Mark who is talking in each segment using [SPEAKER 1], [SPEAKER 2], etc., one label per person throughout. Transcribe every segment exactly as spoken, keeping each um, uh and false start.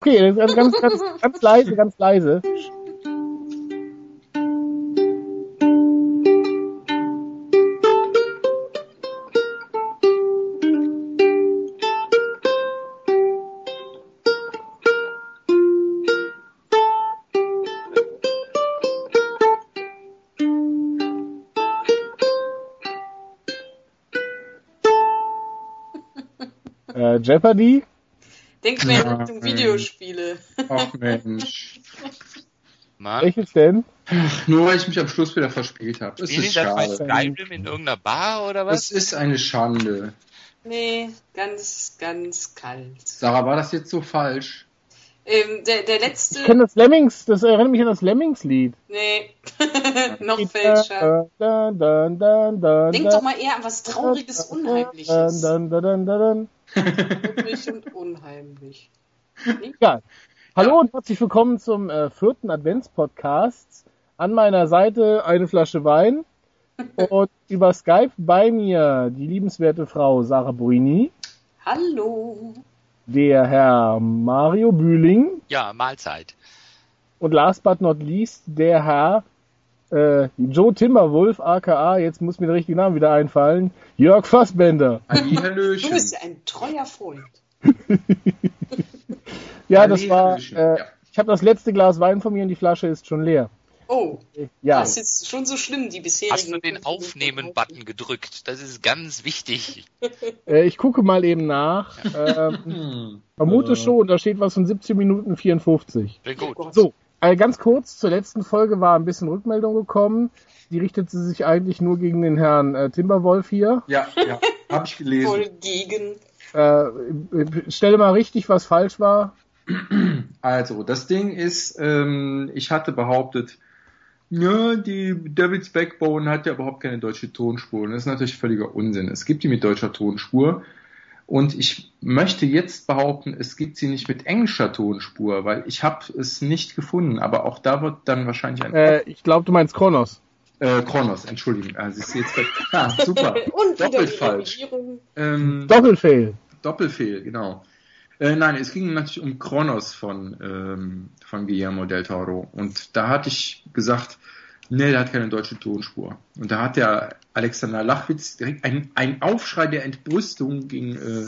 [SPEAKER 1] Okay, ganz, ganz, ganz, ganz leise, ganz leise. Äh, Jeopardy?
[SPEAKER 2] Denk mir in Richtung Videospiele.
[SPEAKER 3] Ach Mensch.
[SPEAKER 4] Mann.
[SPEAKER 1] Welches denn?
[SPEAKER 3] Ach, nur weil ich mich am Schluss wieder verspielt habe. Es
[SPEAKER 4] Spielen
[SPEAKER 3] ist
[SPEAKER 4] die das bei
[SPEAKER 3] schade.
[SPEAKER 4] Skyrim in irgendeiner Bar oder was?
[SPEAKER 3] Es ist eine Schande.
[SPEAKER 2] Nee, ganz, ganz kalt.
[SPEAKER 3] Sarah, war das jetzt so falsch?
[SPEAKER 2] Ähm, der, der letzte...
[SPEAKER 1] Ich kenne das Lemmings, das erinnert mich an das Lemmings-Lied.
[SPEAKER 2] Nee, noch fälscher.
[SPEAKER 1] Dun, dun, dun, dun,
[SPEAKER 2] Denk
[SPEAKER 1] dun,
[SPEAKER 2] doch mal eher an was Trauriges, Unheimliches.
[SPEAKER 1] dun, dun, dun, dun, dun.
[SPEAKER 2] Traurig und unheimlich.
[SPEAKER 1] Egal. Hallo und herzlich willkommen zum äh, vierten Advents-Podcast. An meiner Seite eine Flasche Wein und über Skype bei mir die liebenswerte Frau Sarah Buini,
[SPEAKER 2] Hallo.
[SPEAKER 1] der Herr Mario Bühling
[SPEAKER 4] Ja, Mahlzeit.
[SPEAKER 1] und last but not least der Herr äh, Joe Timberwolf, aka, jetzt muss mir der richtige Name wieder einfallen, Jörg Fassbender.
[SPEAKER 3] Hallihallöchen.
[SPEAKER 2] Du bist ja ein treuer Freund.
[SPEAKER 1] Ja, das war,
[SPEAKER 3] Hallihallöchen,
[SPEAKER 1] äh,
[SPEAKER 3] ja.
[SPEAKER 1] ich habe das letzte Glas Wein von mir und die Flasche ist schon leer.
[SPEAKER 2] Oh,
[SPEAKER 1] Ja,
[SPEAKER 2] das ist jetzt schon so schlimm, die bisherigen...
[SPEAKER 4] Hast du den Aufnehmen-Button gedrückt? Das ist ganz wichtig.
[SPEAKER 1] äh, ich gucke mal eben nach. Ähm, vermute schon, da steht was von siebzehn Minuten vierundfünfzig.
[SPEAKER 4] Sehr gut.
[SPEAKER 1] So, äh, ganz kurz, zur letzten Folge war ein bisschen Rückmeldung gekommen. Die richtete sich eigentlich nur gegen den Herrn äh, Timberwolf hier.
[SPEAKER 3] Ja, ja, habe ich gelesen.
[SPEAKER 2] Voll gegen...
[SPEAKER 1] Äh, stelle mal richtig, was falsch war.
[SPEAKER 3] Also, das Ding ist, ähm, ich hatte behauptet, ja, die Devil's Backbone hat ja überhaupt keine deutsche Tonspur. Und das ist natürlich völliger Unsinn. Es gibt die mit deutscher Tonspur. Und ich möchte jetzt behaupten, es gibt sie nicht mit englischer Tonspur, weil ich habe es nicht gefunden. Aber auch da wird dann wahrscheinlich ein...
[SPEAKER 1] Äh, ich glaube, du meinst Kronos.
[SPEAKER 3] Äh, Kronos, Entschuldigung. Also, ist jetzt ah, super.
[SPEAKER 2] Und wieder
[SPEAKER 3] Doppelt
[SPEAKER 2] die
[SPEAKER 3] falsch.
[SPEAKER 2] Regierung.
[SPEAKER 3] Ähm,
[SPEAKER 1] Doppelfail.
[SPEAKER 3] Doppelfehl, genau. Äh, nein, es ging natürlich um Kronos von, ähm, von Guillermo del Toro. Und da hatte ich gesagt, nee, der hat keine deutsche Tonspur. Und da hat der Alexander Lachwitz direkt ein, ein Aufschrei der Entrüstung ging äh,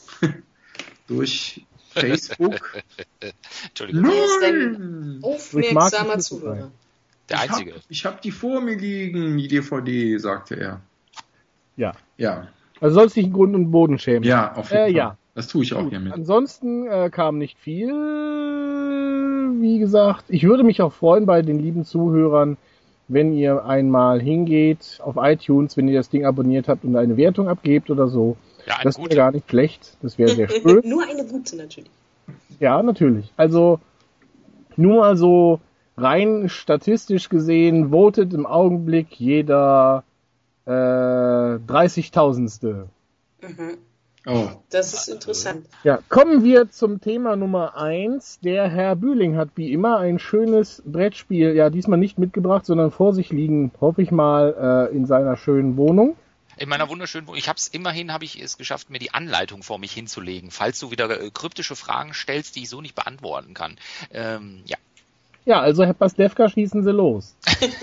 [SPEAKER 3] durch Facebook.
[SPEAKER 4] Entschuldigung,
[SPEAKER 2] Er ist ein
[SPEAKER 3] Nein!
[SPEAKER 2] aufmerksamer
[SPEAKER 1] nicht
[SPEAKER 2] Zuhörer.
[SPEAKER 1] sein.
[SPEAKER 4] der Einzige.
[SPEAKER 3] Ich hab, ich hab die vor mir liegen, die D V D, sagte er.
[SPEAKER 1] Ja.
[SPEAKER 3] Ja,
[SPEAKER 1] Also sollst dich in Grund und Boden schämen.
[SPEAKER 3] ja, auf jeden
[SPEAKER 1] Äh,
[SPEAKER 3] Fall.
[SPEAKER 1] ja.
[SPEAKER 3] Das tue ich auch
[SPEAKER 1] Gut.
[SPEAKER 3] hiermit.
[SPEAKER 1] Ansonsten äh, kam nicht viel. Wie gesagt, ich würde mich auch freuen bei den lieben Zuhörern, wenn ihr einmal hingeht auf iTunes, wenn ihr das Ding abonniert habt und eine Wertung abgebt oder so.
[SPEAKER 4] Ja, eine
[SPEAKER 1] Das wäre
[SPEAKER 4] gute.
[SPEAKER 1] gar nicht schlecht. Das wäre sehr schön.
[SPEAKER 2] Nur eine gute natürlich.
[SPEAKER 1] Ja, natürlich. Also nur mal so rein statistisch gesehen votet im Augenblick jeder äh, dreißigtausendste.
[SPEAKER 2] Mhm.
[SPEAKER 3] Oh,
[SPEAKER 2] Das ist interessant.
[SPEAKER 1] Ja, kommen wir zum Thema Nummer eins. Der Herr Bühling hat wie immer ein schönes Brettspiel, ja diesmal nicht mitgebracht, sondern vor sich liegen, hoffe ich mal, äh, in seiner schönen Wohnung.
[SPEAKER 4] In meiner wunderschönen Wohnung. Ich habe es immerhin, habe ich es geschafft, mir die Anleitung vor mich hinzulegen, falls du wieder äh, kryptische Fragen stellst, die ich so nicht beantworten kann. Ähm, ja.
[SPEAKER 1] Ja, also Herr Pastewka, schießen Sie los.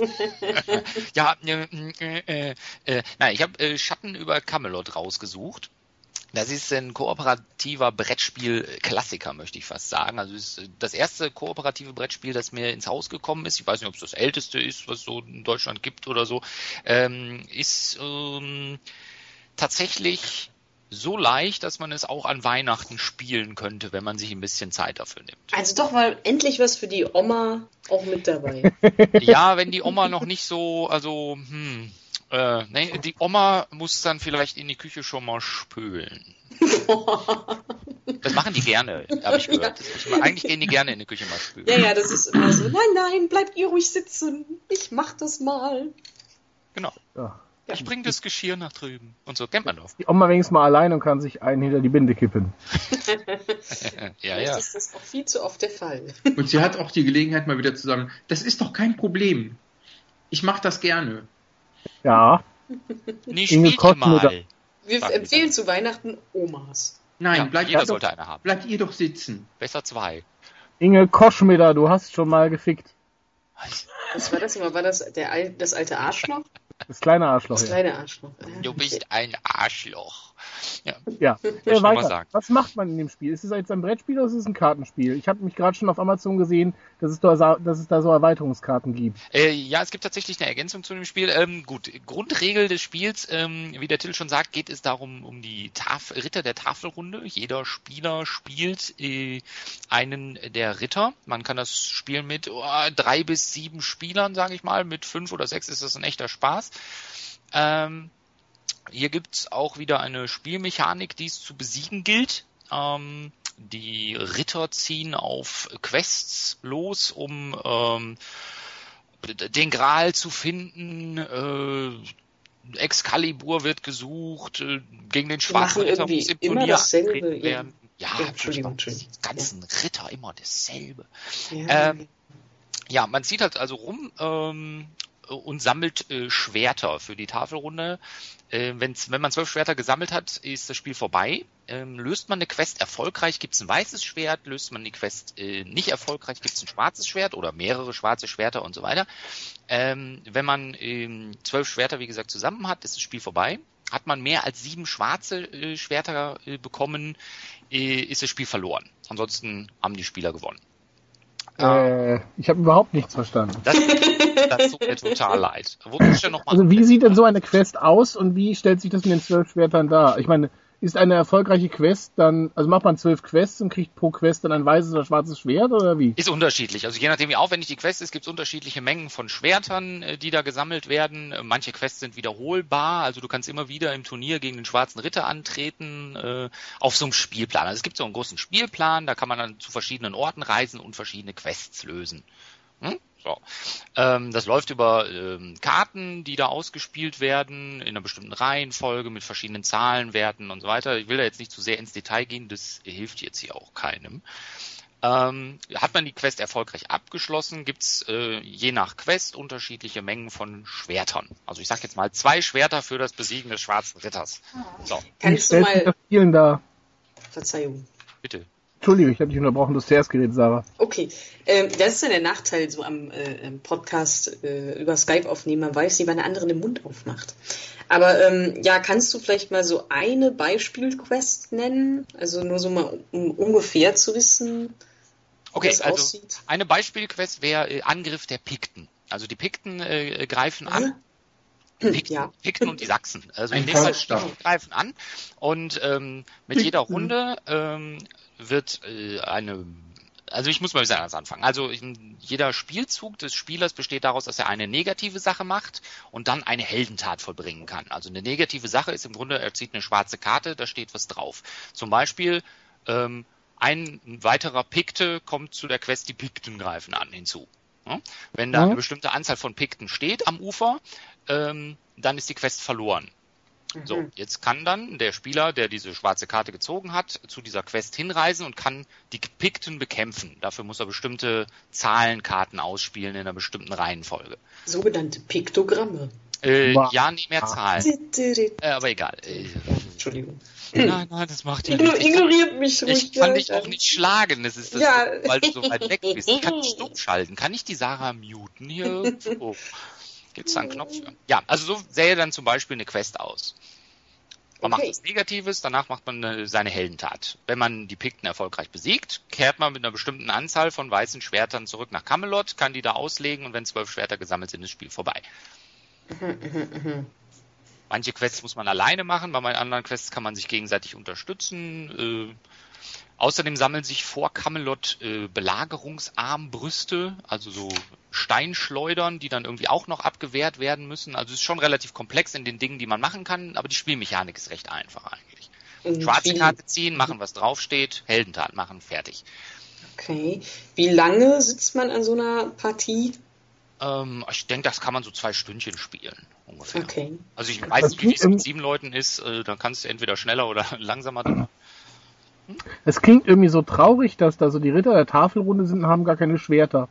[SPEAKER 4] Ja, äh, äh, äh, äh, nein, ich habe äh, Schatten über Camelot rausgesucht. Das ist ein kooperativer Brettspiel-Klassiker, möchte ich fast sagen. Also es ist das erste kooperative Brettspiel, das mir ins Haus gekommen ist. Ich weiß nicht, ob es das älteste ist, was es so in Deutschland gibt oder so. Ähm, ist ähm, tatsächlich so leicht, dass man es auch an Weihnachten spielen könnte, wenn man sich ein bisschen Zeit dafür nimmt.
[SPEAKER 2] Also doch mal endlich was für die Oma auch mit dabei.
[SPEAKER 4] Ja, wenn die Oma noch nicht so, also, hm, äh, nee, die Oma muss dann vielleicht in die Küche schon mal spülen. Das machen die gerne, habe ich gehört. Das ist, eigentlich gehen die gerne in die Küche mal spülen.
[SPEAKER 2] Ja, ja, das ist immer so. Nein, nein, bleibt ihr ruhig sitzen. Ich mach das mal.
[SPEAKER 4] Genau.
[SPEAKER 1] Ja.
[SPEAKER 4] Ich bring das Geschirr nach drüben. Und so kennt man doch.
[SPEAKER 1] Die Oma wenigstens mal allein und kann sich einen hinter die Binde kippen.
[SPEAKER 4] Ja,
[SPEAKER 2] Vielleicht
[SPEAKER 4] ja.
[SPEAKER 2] ist das auch viel zu oft der Fall.
[SPEAKER 3] und sie hat auch die Gelegenheit, mal wieder zu sagen, das ist doch kein Problem. Ich mache das gerne.
[SPEAKER 1] Ja,
[SPEAKER 4] Nee,
[SPEAKER 1] Inge
[SPEAKER 4] spielt
[SPEAKER 1] Kottmutter.
[SPEAKER 4] mal.
[SPEAKER 2] Wir
[SPEAKER 4] Sag
[SPEAKER 2] empfehlen
[SPEAKER 4] ich
[SPEAKER 2] zu Weihnachten Omas.
[SPEAKER 3] Nein,
[SPEAKER 4] Ja,
[SPEAKER 3] bleibt,
[SPEAKER 4] jeder
[SPEAKER 3] ihr
[SPEAKER 4] sollte
[SPEAKER 3] doch,
[SPEAKER 4] eine haben.
[SPEAKER 3] bleibt ihr doch sitzen.
[SPEAKER 4] Besser zwei.
[SPEAKER 1] Inge Koschmider, du hast schon mal gefickt.
[SPEAKER 2] Was war das immer? War das der, Al- das alte Arschloch?
[SPEAKER 1] Das kleine Arschloch,
[SPEAKER 2] Das
[SPEAKER 1] ja.
[SPEAKER 2] kleine Arschloch.
[SPEAKER 4] Du bist ein Arschloch. Ja.
[SPEAKER 1] Ja,
[SPEAKER 4] ich
[SPEAKER 1] äh,
[SPEAKER 4] nur mal
[SPEAKER 1] weiter.
[SPEAKER 4] sagen.
[SPEAKER 1] Was macht man in dem Spiel? Ist es jetzt ein Brettspiel oder ist es ein Kartenspiel? Ich habe mich gerade schon auf Amazon gesehen, dass es, da, dass es da so Erweiterungskarten gibt.
[SPEAKER 4] Äh, ja, es gibt tatsächlich eine Ergänzung zu dem Spiel. Ähm, gut, Grundregel des Spiels, ähm, wie der Titel schon sagt, geht es darum, um die Taf- Ritter der Tafelrunde. Jeder Spieler spielt äh, einen der Ritter. Man kann das spielen mit oh, drei bis sieben Spielern, sage ich mal. Mit fünf oder sechs ist das ein echter Spaß. Ähm, hier gibt's auch wieder eine Spielmechanik, die es zu besiegen gilt. Ähm, die Ritter ziehen auf Quests los, um ähm, den Gral zu finden. Äh, Excalibur wird gesucht. Äh, gegen den schwarzen Ritter muss im
[SPEAKER 2] immer
[SPEAKER 4] Turnier
[SPEAKER 2] dasselbe,
[SPEAKER 4] angetreten werden. Ja,
[SPEAKER 2] Ja, Entschuldigung,
[SPEAKER 4] die
[SPEAKER 2] Entschuldigung.
[SPEAKER 4] ganzen Ritter immer dasselbe.
[SPEAKER 2] Ja,
[SPEAKER 4] Ähm, Ja, man zieht halt also rum ähm, und sammelt äh, Schwerter für die Tafelrunde. Äh, wenn's, wenn man zwölf Schwerter gesammelt hat, ist das Spiel vorbei. Ähm, löst man eine Quest erfolgreich, gibt es ein weißes Schwert. Löst man die Quest äh, nicht erfolgreich, gibt es ein schwarzes Schwert oder mehrere schwarze Schwerter und so weiter. Ähm, wenn man ähm, zwölf Schwerter, wie gesagt, zusammen hat, ist das Spiel vorbei. Hat man mehr als sieben schwarze äh, Schwerter äh, bekommen, äh, ist das Spiel verloren. Ansonsten haben die Spieler gewonnen.
[SPEAKER 1] Äh, ich habe überhaupt nichts verstanden.
[SPEAKER 4] Das, das tut mir total leid. Wozu noch mal
[SPEAKER 1] Also wie sieht denn so eine Quest aus und wie stellt sich das mit den zwölf Schwertern dar? Ich meine, ist eine erfolgreiche Quest dann, also macht man zwölf Quests und kriegt pro Quest dann ein weißes oder schwarzes Schwert oder wie?
[SPEAKER 4] Ist unterschiedlich. Also je nachdem, wie aufwendig die Quest ist, gibt es unterschiedliche Mengen von Schwertern, die da gesammelt werden. Manche Quests sind wiederholbar, also du kannst immer wieder im Turnier gegen den schwarzen Ritter antreten, äh, auf so einem Spielplan. Also es gibt so einen großen Spielplan, da kann man dann zu verschiedenen Orten reisen und verschiedene Quests lösen. Hm? So. Ähm, das läuft über ähm, Karten, die da ausgespielt werden, in einer bestimmten Reihenfolge mit verschiedenen Zahlenwerten und so weiter. Ich will da jetzt nicht zu sehr ins Detail gehen, das hilft jetzt hier auch keinem. Ähm, hat man die Quest erfolgreich abgeschlossen, gibt's äh, je nach Quest unterschiedliche Mengen von Schwertern. Also ich sag jetzt mal zwei Schwerter für das Besiegen des schwarzen Ritters. So,
[SPEAKER 2] Kannst
[SPEAKER 1] Wie
[SPEAKER 2] du
[SPEAKER 1] stellt sich
[SPEAKER 2] mal...
[SPEAKER 1] das Spielen dar?
[SPEAKER 2] Verzeihung.
[SPEAKER 4] bitte.
[SPEAKER 1] Entschuldigung, ich habe dich unterbrochen, du hast zuerst geredet, Sarah.
[SPEAKER 2] Okay, ähm, das ist ja der Nachteil so am äh, Podcast äh, über Skype aufnehmen. Man weiß nicht, wann der andere den Mund aufmacht. Aber ähm, ja, kannst du vielleicht mal so eine Beispielquest nennen? Also nur so mal, um ungefähr zu wissen, wie
[SPEAKER 4] Okay,
[SPEAKER 2] das
[SPEAKER 4] also
[SPEAKER 2] aussieht.
[SPEAKER 4] eine Beispielquest wäre äh, Angriff der Pikten. Also die Pikten äh, greifen an. Pikten,
[SPEAKER 2] Ja.
[SPEAKER 4] Pikten und die Sachsen. Also
[SPEAKER 3] Ein
[SPEAKER 4] in dem Fall
[SPEAKER 3] Volksstamm.
[SPEAKER 4] die greifen an und ähm, mit jeder Runde ähm, wird äh, eine, also ich muss mal wieder anders anfangen. Also in, jeder Spielzug des Spielers besteht daraus, dass er eine negative Sache macht und dann eine Heldentat vollbringen kann. Also eine negative Sache ist im Grunde, er zieht eine schwarze Karte, da steht was drauf. Zum Beispiel ähm, ein weiterer Pikte kommt zu der Quest, die Pikten greifen an hinzu. Ja? Wenn da
[SPEAKER 1] Mhm.
[SPEAKER 4] eine bestimmte Anzahl von Pikten steht am Ufer, ähm, dann ist die Quest verloren. So, jetzt kann dann der Spieler, der diese schwarze Karte gezogen hat, zu dieser Quest hinreisen und kann die Pikten bekämpfen. Dafür muss er bestimmte Zahlenkarten ausspielen in einer bestimmten Reihenfolge.
[SPEAKER 2] Sogenannte Piktogramme.
[SPEAKER 4] Äh,
[SPEAKER 1] Wow.
[SPEAKER 4] ja, nicht mehr Zahlen. Äh, aber egal. Äh,
[SPEAKER 2] Entschuldigung.
[SPEAKER 4] nein, nein, das macht ja
[SPEAKER 2] Igno
[SPEAKER 4] nichts. Ich,
[SPEAKER 2] ignoriert mich ruhig.
[SPEAKER 4] ich kann
[SPEAKER 2] ja,
[SPEAKER 4] dich
[SPEAKER 2] ja.
[SPEAKER 4] auch nicht schlagen. Das ist das,
[SPEAKER 2] Ja.
[SPEAKER 4] weil du so weit weg bist. Ich kann dich stumm schalten. Kann ich die Sarah muten hier? Oh. Gibt's da einen Knopf für? Ja, also so sähe dann zum Beispiel eine Quest aus. Man
[SPEAKER 2] Okay.
[SPEAKER 4] macht was Negatives, danach macht man äh, seine Heldentat. Wenn man die Pikten erfolgreich besiegt, kehrt man mit einer bestimmten Anzahl von weißen Schwertern zurück nach Camelot, kann die da auslegen und wenn zwölf Schwerter gesammelt sind, ist das Spiel vorbei. Manche Quests muss man alleine machen, bei anderen Quests kann man sich gegenseitig unterstützen. Äh, außerdem sammeln sich vor Camelot äh, Belagerungsarmbrüste, also so Steinschleudern, die dann irgendwie auch noch abgewehrt werden müssen. Also es ist schon relativ komplex in den Dingen, die man machen kann, aber die Spielmechanik ist recht einfach eigentlich.
[SPEAKER 2] Und
[SPEAKER 4] Schwarze
[SPEAKER 2] wie-
[SPEAKER 4] Karte ziehen, machen, was draufsteht, Heldentat machen, fertig.
[SPEAKER 2] Okay. Wie lange sitzt man an so einer Partie?
[SPEAKER 4] Ähm, ich denke, das kann man so zwei Stündchen spielen, ungefähr.
[SPEAKER 2] Okay.
[SPEAKER 4] Also ich
[SPEAKER 1] Das
[SPEAKER 4] weiß nicht, wie
[SPEAKER 1] klingt
[SPEAKER 4] es mit
[SPEAKER 1] im-
[SPEAKER 4] sieben Leuten ist, äh, dann kannst du entweder schneller oder langsamer dann.
[SPEAKER 1] Es klingt irgendwie so traurig, dass da so die Ritter der Tafelrunde sind und haben gar keine Schwerter.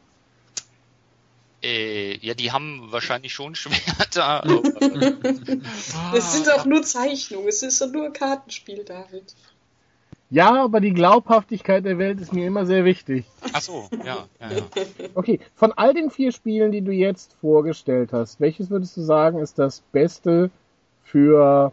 [SPEAKER 4] Äh, ja, die haben wahrscheinlich schon Schwerter. aber-
[SPEAKER 2] Es sind auch nur Zeichnungen, es ist doch nur ein Kartenspiel, David.
[SPEAKER 1] Ja, aber die Glaubhaftigkeit der Welt ist mir immer sehr wichtig.
[SPEAKER 4] Ach so, ja, ja, ja.
[SPEAKER 1] Okay, von all den vier Spielen, die du jetzt vorgestellt hast, welches würdest du sagen, ist das Beste für,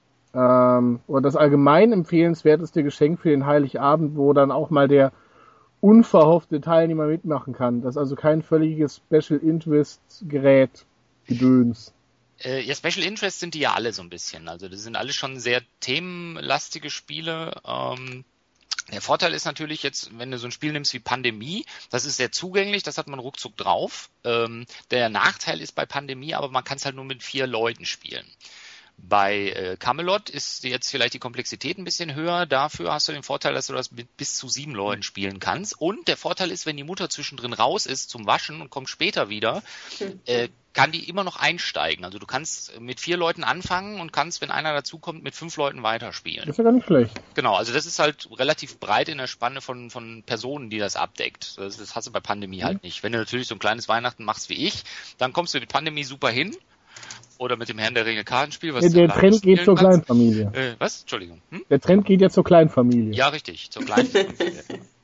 [SPEAKER 1] ähm, oder das allgemein empfehlenswerteste Geschenk für den Heiligabend, wo dann auch mal der unverhoffte Teilnehmer mitmachen kann? Das ist also kein völliges Special Interest Gerät Gedöns.
[SPEAKER 4] Äh, ja, Special Interest sind die ja alle so ein bisschen. Also das sind alle schon sehr themenlastige Spiele. Ähm, der Vorteil ist natürlich jetzt, wenn du so ein Spiel nimmst wie Pandemie, das ist sehr zugänglich, das hat man ruckzuck drauf. Ähm, der Nachteil ist bei Pandemie, aber man kann es halt nur mit vier Leuten spielen. Bei äh, Camelot ist jetzt vielleicht die Komplexität ein bisschen höher. Dafür hast du den Vorteil, dass du das mit bis zu sieben Leuten spielen kannst. Und der Vorteil ist, wenn die Mutter zwischendrin raus ist zum Waschen und kommt später wieder, äh, kann die immer noch einsteigen. Also du kannst mit vier Leuten anfangen und kannst, wenn einer dazukommt, mit fünf Leuten weiterspielen.
[SPEAKER 1] Das ist ja gar nicht schlecht.
[SPEAKER 4] Genau, also das ist halt relativ breit in der Spanne von, von Personen, die das abdeckt. Das, das hast du bei Pandemie halt nicht. Wenn du natürlich so ein kleines Weihnachten machst wie ich, dann kommst du mit Pandemie super hin. Oder mit dem Herrn der Ringe Kartenspiel. Was
[SPEAKER 1] Ja, der Trend geht zur
[SPEAKER 4] kannst.
[SPEAKER 1] Kleinfamilie.
[SPEAKER 4] Äh, was? Entschuldigung. Hm?
[SPEAKER 1] Der Trend geht ja zur Kleinfamilie.
[SPEAKER 4] Ja, richtig, zur Kleinfamilie.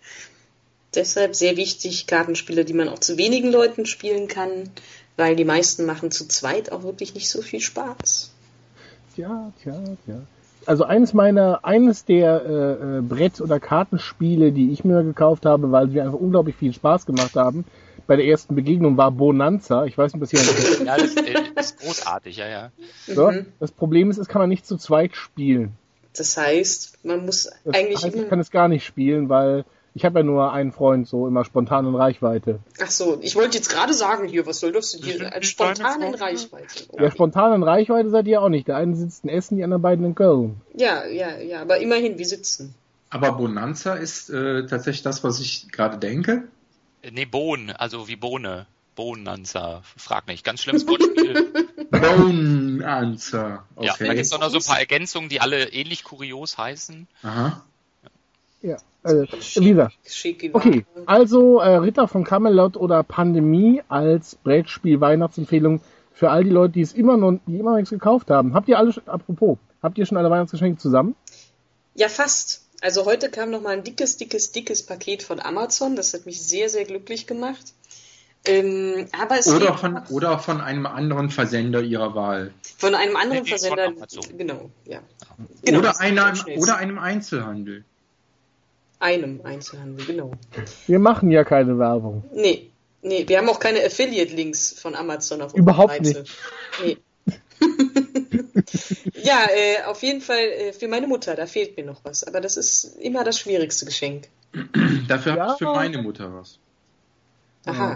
[SPEAKER 2] Deshalb sehr wichtig, Kartenspiele, die man auch zu wenigen Leuten spielen kann, weil die meisten machen zu zweit auch wirklich nicht so viel Spaß.
[SPEAKER 1] Tja, tja, tja. Also eines meiner, eines der äh, Brett- oder Kartenspiele, die ich mir gekauft habe, weil sie einfach unglaublich viel Spaß gemacht haben, bei der ersten Begegnung war Bonanza. Ich weiß nicht, was hier...
[SPEAKER 4] Ja, das äh, ist großartig, ja, ja.
[SPEAKER 1] So,
[SPEAKER 2] Mhm.
[SPEAKER 1] das Problem ist, es kann man nicht zu zweit spielen.
[SPEAKER 2] Das heißt, man muss
[SPEAKER 1] Das
[SPEAKER 2] eigentlich
[SPEAKER 1] heißt, ich
[SPEAKER 2] immer...
[SPEAKER 1] kann es gar nicht spielen, weil ich habe ja nur einen Freund, so immer spontan in Reichweite.
[SPEAKER 2] Ach so, ich wollte jetzt gerade sagen hier, was soll das denn hier? Als spontan in Reichweite. Oh.
[SPEAKER 1] Ja, spontan in Reichweite seid ihr auch nicht. Der eine sitzt in Essen, die anderen beiden in Köln.
[SPEAKER 2] Ja, ja, ja, aber immerhin, wir sitzen.
[SPEAKER 3] Aber Bonanza ist äh, tatsächlich das, was ich gerade denke.
[SPEAKER 4] Nee, Bohnen, also wie Bohne. Bohnenanzer, frag nicht. Ganz schlimmes Wortspiel.
[SPEAKER 3] Bonanza. Okay.
[SPEAKER 4] Ja, da gibt es auch noch so ein paar Ergänzungen, die alle ähnlich kurios heißen.
[SPEAKER 3] Aha.
[SPEAKER 1] Ja, also, wie gesagt. Okay, also äh, Ritter von Camelot oder Pandemie als Brettspiel Weihnachtsempfehlung für all die Leute, die es immer noch, die immer noch nichts gekauft haben. Habt ihr alle, apropos, habt ihr schon alle Weihnachtsgeschenke zusammen?
[SPEAKER 2] Ja, fast. Also heute kam noch mal ein dickes, dickes, dickes Paket von Amazon. Das hat mich sehr, sehr glücklich gemacht. Ähm, aber es
[SPEAKER 3] Oder
[SPEAKER 2] fehlt
[SPEAKER 3] von,
[SPEAKER 2] noch-
[SPEAKER 3] oder von einem anderen Versender ihrer Wahl.
[SPEAKER 2] von einem anderen
[SPEAKER 4] Nee, nee, von
[SPEAKER 2] Versender.
[SPEAKER 4] Amazon.
[SPEAKER 2] Genau, ja. Genau,
[SPEAKER 3] oder,
[SPEAKER 2] das ist
[SPEAKER 3] einer,
[SPEAKER 2] am schnellsten.
[SPEAKER 3] oder einem Einzelhandel.
[SPEAKER 2] einem Einzelhandel, genau.
[SPEAKER 1] Wir machen ja keine Werbung.
[SPEAKER 2] Nee, nee, wir haben auch keine Affiliate-Links von Amazon auf unserer
[SPEAKER 1] Überhaupt
[SPEAKER 2] Seite. Nee. Ja, äh, auf jeden Fall äh, für meine Mutter, da fehlt mir noch was. Aber das ist immer das schwierigste Geschenk.
[SPEAKER 3] Dafür
[SPEAKER 1] Ja.
[SPEAKER 3] habe ich für meine Mutter was.
[SPEAKER 2] Aha.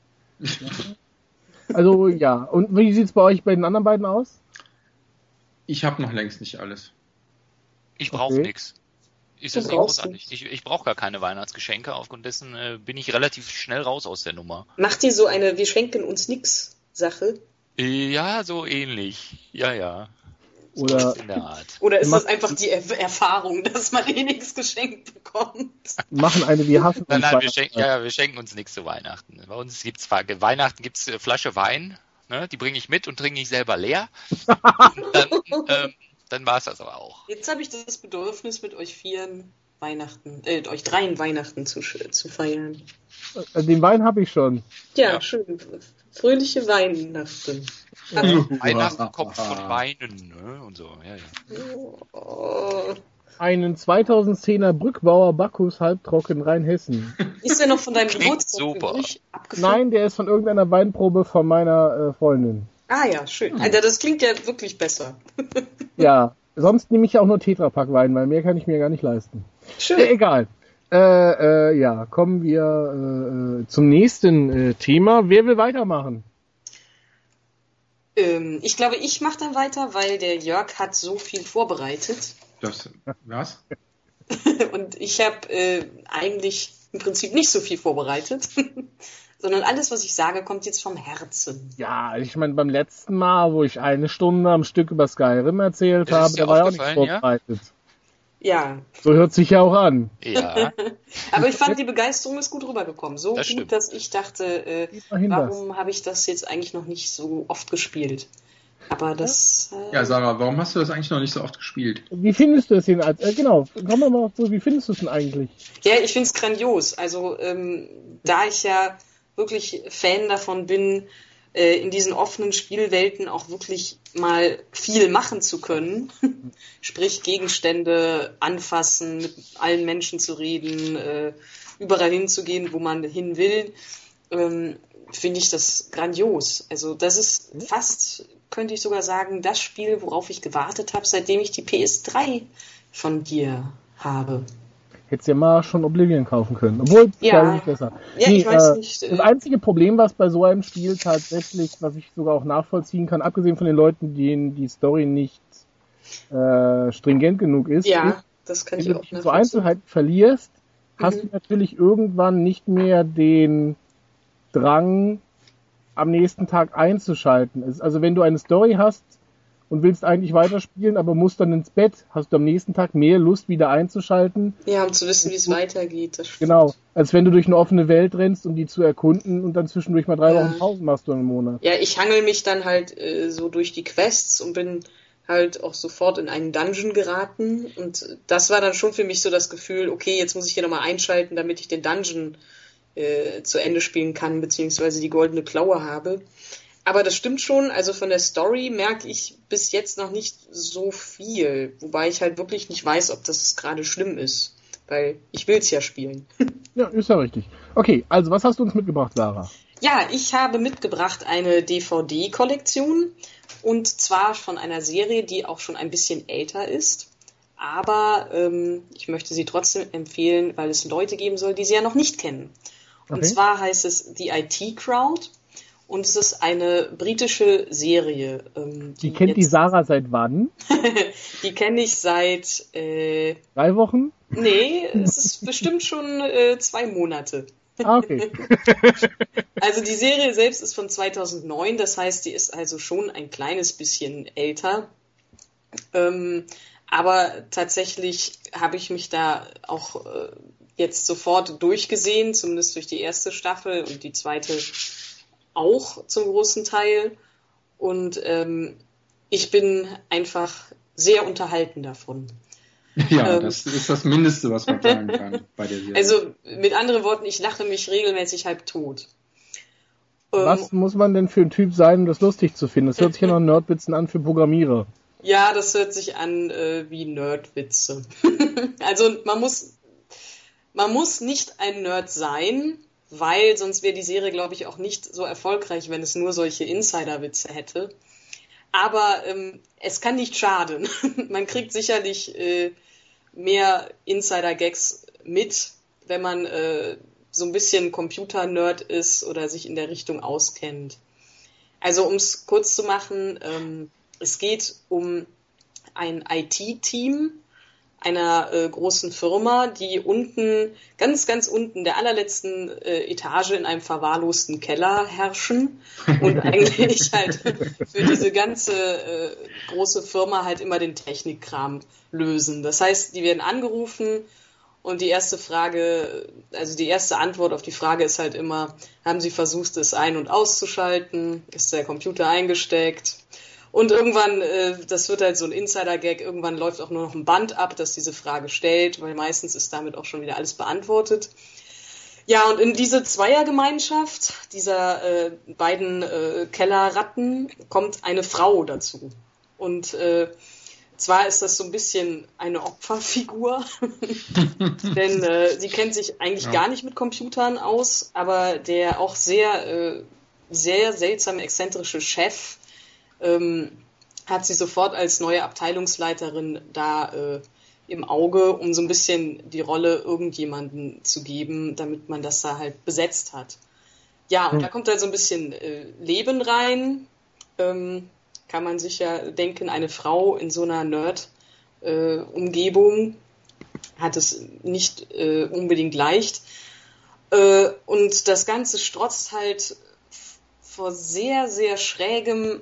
[SPEAKER 1] Also ja, und wie sieht's bei euch bei den anderen beiden aus?
[SPEAKER 3] Ich habe noch längst nicht alles.
[SPEAKER 4] Ich brauche
[SPEAKER 1] Okay.
[SPEAKER 4] nix. Ist
[SPEAKER 2] Du
[SPEAKER 4] das nicht
[SPEAKER 2] brauchst
[SPEAKER 4] großartig? Ich, ich brauche gar keine Weihnachtsgeschenke. Aufgrund dessen äh, bin ich relativ schnell raus aus der Nummer.
[SPEAKER 2] Macht ihr so eine Wir schenken uns nix Sache?
[SPEAKER 4] Äh, Ja, so ähnlich. Ja, ja. So
[SPEAKER 1] Oder-
[SPEAKER 4] was in der Art.
[SPEAKER 2] Oder ist
[SPEAKER 1] Macht-
[SPEAKER 2] das einfach die er Erfahrung, dass man eh nichts geschenkt bekommt?
[SPEAKER 1] Machen eine, wir hassen
[SPEAKER 4] Nein,
[SPEAKER 1] uns
[SPEAKER 4] nein, wir
[SPEAKER 1] Weihnachten.
[SPEAKER 4] schenken, ja, ja, wir schenken uns nichts zu Weihnachten. Bei uns gibt's zwar, Weihnachten gibt's äh, Flasche Wein, ne, die bringe ich mit und trinke ich selber leer. Und dann, ähm, dann war's das aber auch.
[SPEAKER 2] Jetzt habe ich das Bedürfnis, mit euch vieren Weihnachten, äh, mit euch dreien Weihnachten zu, zu feiern.
[SPEAKER 1] Äh, Den Wein habe ich schon.
[SPEAKER 2] Ja,
[SPEAKER 4] Ja.
[SPEAKER 2] schön. Fröhliche Weihnachten.
[SPEAKER 4] Weihnachten kommt von Weinen, ne, und so, ja, ja.
[SPEAKER 2] Oh.
[SPEAKER 1] Einen zweitausendzehner Brückbauer Bacchus halbtrocken Rheinhessen.
[SPEAKER 2] Ist der noch von deinem
[SPEAKER 4] Klingt
[SPEAKER 2] Geburtstag
[SPEAKER 4] super.
[SPEAKER 2] übrig? Abgefüllt?
[SPEAKER 1] Nein, der ist von irgendeiner Weinprobe von meiner äh, Freundin.
[SPEAKER 2] Ah ja, schön. Alter, das klingt ja wirklich besser.
[SPEAKER 1] Ja, sonst nehme ich ja auch nur Tetrapack Wein, weil mehr kann ich mir gar nicht leisten. Äh,
[SPEAKER 2] Schön.
[SPEAKER 1] egal. Äh, äh, ja, kommen wir äh, zum nächsten äh, Thema. Wer will weitermachen?
[SPEAKER 2] Ähm, ich glaube, ich mache dann weiter, weil der Jörg hat so viel vorbereitet.
[SPEAKER 3] Das, was?
[SPEAKER 2] Und ich habe äh, eigentlich im Prinzip nicht so viel vorbereitet. Sondern alles, was ich sage, kommt jetzt vom Herzen.
[SPEAKER 1] Ja, ich meine, beim letzten Mal, wo ich eine Stunde am Stück über Skyrim erzählt
[SPEAKER 4] Das
[SPEAKER 1] habe,
[SPEAKER 4] ist dir
[SPEAKER 1] da war ja auch nichts
[SPEAKER 4] aufgefallen, ja?
[SPEAKER 1] vorbereitet.
[SPEAKER 2] Ja,
[SPEAKER 1] So hört sich ja auch an.
[SPEAKER 4] Ja,
[SPEAKER 2] aber ich fand, die Begeisterung ist gut rübergekommen. So
[SPEAKER 4] Das
[SPEAKER 2] gut,
[SPEAKER 4] stimmt.
[SPEAKER 2] dass ich dachte, äh,
[SPEAKER 1] Immerhin das.
[SPEAKER 2] warum habe ich das jetzt eigentlich noch nicht so oft gespielt? Aber das... Äh,
[SPEAKER 3] Ja, Sarah, warum hast du das eigentlich noch nicht so oft gespielt?
[SPEAKER 1] Wie findest du es denn? Als, äh, genau, kommen wir mal so, wie findest du es denn eigentlich?
[SPEAKER 2] Ja, ich finde es grandios. Also ähm, da ich ja wirklich Fan davon bin, äh, in diesen offenen Spielwelten auch wirklich mal viel machen zu können, sprich Gegenstände anfassen, mit allen Menschen zu reden, äh, überall hinzugehen, wo man hin will, ähm, finde ich das grandios. Also das ist fast, könnte ich sogar sagen, das Spiel, worauf ich gewartet habe, seitdem ich die P S drei von dir habe.
[SPEAKER 1] Hättest ja mal schon Oblivion kaufen können. Obwohl,
[SPEAKER 2] ja,
[SPEAKER 1] nicht besser.
[SPEAKER 2] Ja,
[SPEAKER 1] nee,
[SPEAKER 2] ich weiß
[SPEAKER 1] äh,
[SPEAKER 2] nicht.
[SPEAKER 1] Das einzige Problem, was bei so einem Spiel tatsächlich, was ich sogar auch nachvollziehen kann, abgesehen von den Leuten, denen die Story nicht äh, stringent genug ist,
[SPEAKER 2] ja,
[SPEAKER 1] ist,
[SPEAKER 2] das kann
[SPEAKER 1] wenn
[SPEAKER 2] ich
[SPEAKER 1] du
[SPEAKER 2] auch
[SPEAKER 1] dich in so Einzelheiten verlierst, hast du
[SPEAKER 2] Mhm.
[SPEAKER 1] natürlich irgendwann nicht mehr den Drang, am nächsten Tag einzuschalten. Es- Also wenn du eine Story hast und willst eigentlich weiterspielen, aber musst dann ins Bett, hast du am nächsten Tag mehr Lust, wieder einzuschalten.
[SPEAKER 2] Ja, um zu wissen, wie es weitergeht. Das stimmt.
[SPEAKER 1] Genau, als wenn du durch eine offene Welt rennst, um die zu erkunden und dann zwischendurch mal drei
[SPEAKER 2] Ja.
[SPEAKER 1] Wochen Pause machst du einen Monat.
[SPEAKER 2] Ja, ich hangel mich dann halt äh, so durch die Quests und bin halt auch sofort in einen Dungeon geraten. Und das war dann schon für mich so das Gefühl, okay, jetzt muss ich hier nochmal einschalten, damit ich den Dungeon äh, zu Ende spielen kann, beziehungsweise die goldene Klaue habe. Aber das stimmt schon, also von der Story merke ich bis jetzt noch nicht so viel. Wobei ich halt wirklich nicht weiß, ob das gerade schlimm ist. Weil ich will's ja spielen.
[SPEAKER 1] Ja, ist ja richtig. Okay, also was hast du uns mitgebracht, Sarah?
[SPEAKER 2] Ja, ich habe mitgebracht eine D V D-Kollektion und zwar von einer Serie, die auch schon ein bisschen älter ist. Aber ähm, ich möchte sie trotzdem empfehlen, weil es Leute geben soll, die sie ja noch nicht kennen. Und
[SPEAKER 1] Okay.
[SPEAKER 2] zwar heißt es The I T Crowd und es ist eine britische Serie. Ähm,
[SPEAKER 1] Die kennt die
[SPEAKER 2] jetzt-
[SPEAKER 1] Sarah seit wann?
[SPEAKER 2] Die kenne ich seit, äh,
[SPEAKER 1] Drei Wochen?
[SPEAKER 2] nee, es ist bestimmt schon äh, zwei Monate.
[SPEAKER 1] Ah, okay.
[SPEAKER 2] Also die Serie selbst ist von zweitausendneun, das heißt, die ist also schon ein kleines bisschen älter. Ähm, aber tatsächlich habe ich mich da auch äh, jetzt sofort durchgesehen, zumindest durch die erste Staffel und die zweite auch zum großen Teil. Und ähm, ich bin einfach sehr unterhalten davon.
[SPEAKER 3] Ja,
[SPEAKER 2] Ähm.
[SPEAKER 3] das ist das Mindeste, was man sagen kann bei der Serie.
[SPEAKER 2] Also mit anderen Worten, ich lache mich regelmäßig halb tot. Ähm,
[SPEAKER 1] Was muss man denn für ein Typ sein, um das lustig zu finden? Das hört sich ja nach Nerdwitzen an für Programmierer.
[SPEAKER 2] Ja, das hört sich an äh, wie Nerdwitze. Also man muss, man muss nicht ein Nerd sein, weil sonst wäre die Serie, glaube ich, auch nicht so erfolgreich, wenn es nur solche Insider-Witze hätte. Aber ähm, es kann nicht schaden. Man kriegt sicherlich äh, mehr Insider-Gags mit, wenn man äh, so ein bisschen Computer-Nerd ist oder sich in der Richtung auskennt. Also um es kurz zu machen, ähm, es geht um ein I T-Team einer äh, großen Firma, die unten, ganz, ganz unten, der allerletzten äh, Etage in einem verwahrlosten Keller herrschen und eigentlich halt für diese ganze äh, große Firma halt immer den Technikkram lösen. Das heißt, die werden angerufen und die erste Frage, also die erste Antwort auf die Frage ist halt immer, haben Sie versucht, es ein- und auszuschalten? Ist der Computer eingesteckt? Und irgendwann, äh, das wird halt so ein Insider-Gag, irgendwann läuft auch nur noch ein Band ab, das diese Frage stellt, weil meistens ist damit auch schon wieder alles beantwortet. Ja, und in diese Zweiergemeinschaft dieser äh, beiden äh, Kellerratten kommt eine Frau dazu. Und äh, zwar ist das so ein bisschen eine Opferfigur, denn äh, sie kennt sich eigentlich
[SPEAKER 3] Ja.
[SPEAKER 2] gar nicht mit Computern aus, aber der auch sehr, äh, sehr seltsame, exzentrische Chef ähm, hat sie sofort als neue Abteilungsleiterin da äh, im Auge, um so ein bisschen die Rolle irgendjemanden zu geben, damit man das da halt besetzt hat. Ja, und
[SPEAKER 1] Hm.
[SPEAKER 2] da kommt halt so ein bisschen äh, Leben rein, ähm, kann man sich ja denken, eine Frau in so einer Nerd-Umgebung hat es nicht äh, unbedingt leicht. Äh, und das Ganze strotzt halt f- vor sehr, sehr schrägem,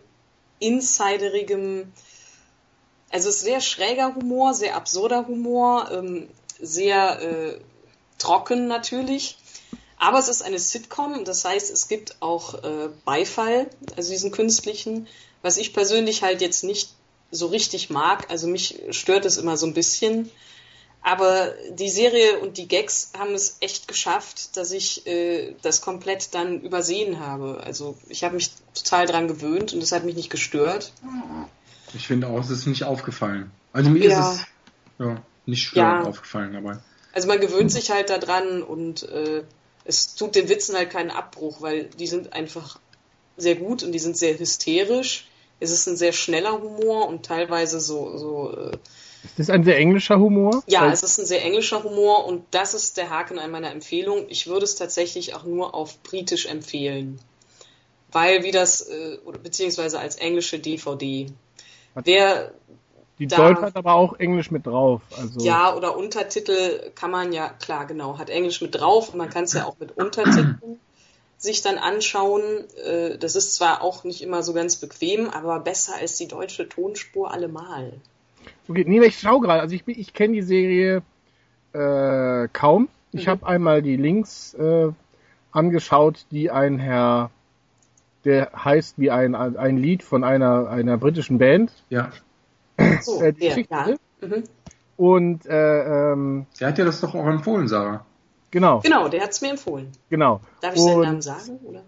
[SPEAKER 2] insiderigem, also es ist sehr schräger Humor, sehr absurder Humor, ähm, sehr äh, trocken natürlich, Aber es ist eine Sitcom, das heißt, es gibt auch äh, Beifall, also diesen künstlichen, was ich persönlich halt jetzt nicht so richtig mag. Also mich stört es immer so ein bisschen. Aber die Serie und die Gags haben es echt geschafft, dass ich äh, das komplett dann übersehen habe. Also ich habe mich total dran gewöhnt und es hat mich nicht gestört.
[SPEAKER 3] Ich finde auch, es ist nicht aufgefallen. Also mir
[SPEAKER 2] Ja.
[SPEAKER 3] ist es ja, nicht störend
[SPEAKER 2] Ja.
[SPEAKER 3] aufgefallen dabei.
[SPEAKER 2] Also man gewöhnt sich halt daran und äh, es tut den Witzen halt keinen Abbruch, weil die sind einfach sehr gut und die sind sehr hysterisch. Es ist ein sehr schneller Humor und teilweise so... so äh,
[SPEAKER 1] Ist das ein sehr englischer Humor?
[SPEAKER 2] ja,
[SPEAKER 1] Weil-
[SPEAKER 2] es ist ein sehr englischer Humor und das ist der Haken an meiner Empfehlung. Ich würde es tatsächlich auch nur auf Britisch empfehlen. Weil wie das, äh, oder beziehungsweise als englische D V D. Wer,
[SPEAKER 1] Die
[SPEAKER 2] da-
[SPEAKER 1] Deutsch hat aber auch Englisch mit drauf. Also
[SPEAKER 2] ja, oder Untertitel kann man ja, klar, genau, hat Englisch mit drauf und man kann es ja auch mit Untertiteln sich dann anschauen. Äh, das ist zwar auch nicht immer so ganz bequem, aber besser als die deutsche Tonspur allemal.
[SPEAKER 1] okay, nee, ich schau gerade. Also ich, bin- ich kenne die Serie äh, kaum. Ich
[SPEAKER 2] Mhm.
[SPEAKER 1] habe einmal die Links äh, angeschaut, die ein Herr, der heißt wie ein, ein Lied von einer, einer britischen Band.
[SPEAKER 3] Ja.
[SPEAKER 2] So,
[SPEAKER 1] Äh, die
[SPEAKER 2] der,
[SPEAKER 1] Geschichte,
[SPEAKER 2] ja.
[SPEAKER 1] ne?
[SPEAKER 2] Mhm.
[SPEAKER 1] Und äh, ähm,
[SPEAKER 3] Sie hat ja das doch auch empfohlen, Sarah.
[SPEAKER 1] genau,
[SPEAKER 2] Genau, der hat es mir empfohlen.
[SPEAKER 1] genau.
[SPEAKER 2] Darf ich seinen
[SPEAKER 1] Und
[SPEAKER 2] Namen sagen? Oder?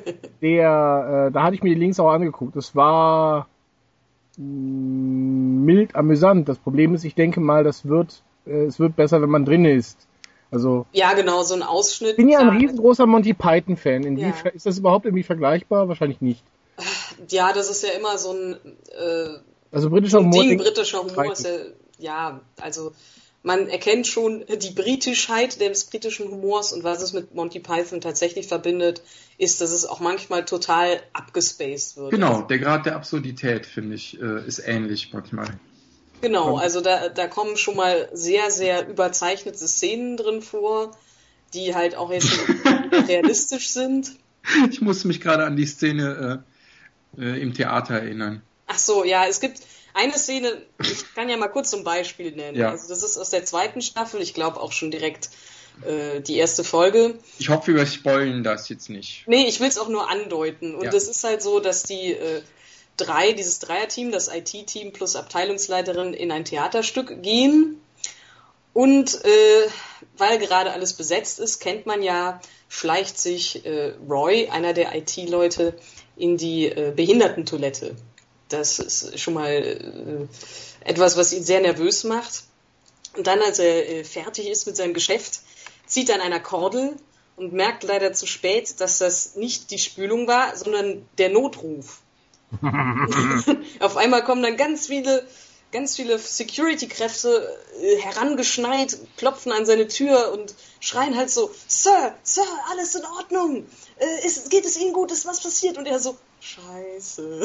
[SPEAKER 1] Der, äh, da hatte ich mir die Links auch angeguckt. Das war mh, mild amüsant. Das Problem ist, ich denke mal, das wird, äh, es wird besser, wenn man drin ist. Also,
[SPEAKER 2] Ja, genau, so ein Ausschnitt.
[SPEAKER 1] ich bin ja ein
[SPEAKER 2] da-
[SPEAKER 1] riesengroßer Monty Python-Fan.
[SPEAKER 2] Ja.
[SPEAKER 1] Inwiefern ist das überhaupt irgendwie vergleichbar? Wahrscheinlich nicht.
[SPEAKER 2] Ja, das ist ja immer so ein, äh,
[SPEAKER 1] Also
[SPEAKER 2] so
[SPEAKER 1] britischer
[SPEAKER 2] ein
[SPEAKER 1] Humor.
[SPEAKER 2] Ding,
[SPEAKER 1] denke ich,
[SPEAKER 2] britischer Humor ist ja, ja, also man erkennt schon die Britischheit des britischen Humors und was es mit Monty Python tatsächlich verbindet, ist, dass es auch manchmal total abgespaced wird.
[SPEAKER 3] Genau, der Grad der Absurdität, finde ich, äh, ist ähnlich manchmal.
[SPEAKER 2] Genau, also da, da kommen schon mal sehr, sehr überzeichnete Szenen drin vor, die halt auch jetzt nicht realistisch sind.
[SPEAKER 3] Ich muss mich gerade an die Szene äh, äh, im Theater erinnern.
[SPEAKER 2] Ach so, ja, es gibt eine Szene, ich kann ja mal kurz so ein Beispiel nennen.
[SPEAKER 3] Ja.
[SPEAKER 2] Also das ist aus der zweiten Staffel, ich glaube auch schon direkt äh, die erste Folge.
[SPEAKER 3] Ich hoffe, wir spoilen das jetzt nicht.
[SPEAKER 2] Nee, ich will es auch nur andeuten. Und
[SPEAKER 3] Ja.
[SPEAKER 2] es ist halt so, dass die äh, drei, dieses Dreierteam, das I T-Team plus Abteilungsleiterin in ein Theaterstück gehen. Und äh, weil gerade alles besetzt ist, kennt man ja, schleicht sich äh, Roy, einer der I T-Leute, in die äh, Behindertentoilette. Das ist schon mal äh, etwas, was ihn sehr nervös macht. Und dann, als er äh, fertig ist mit seinem Geschäft, zieht er an einer Kordel und merkt leider zu spät, dass das nicht die Spülung war, sondern der Notruf. Auf einmal kommen dann ganz viele, ganz viele Security-Kräfte äh, herangeschneit, klopfen an seine Tür und schreien halt so, Sir, Sir, alles in Ordnung, äh, ist, geht es Ihnen gut, ist was passiert? Und er so, Scheiße.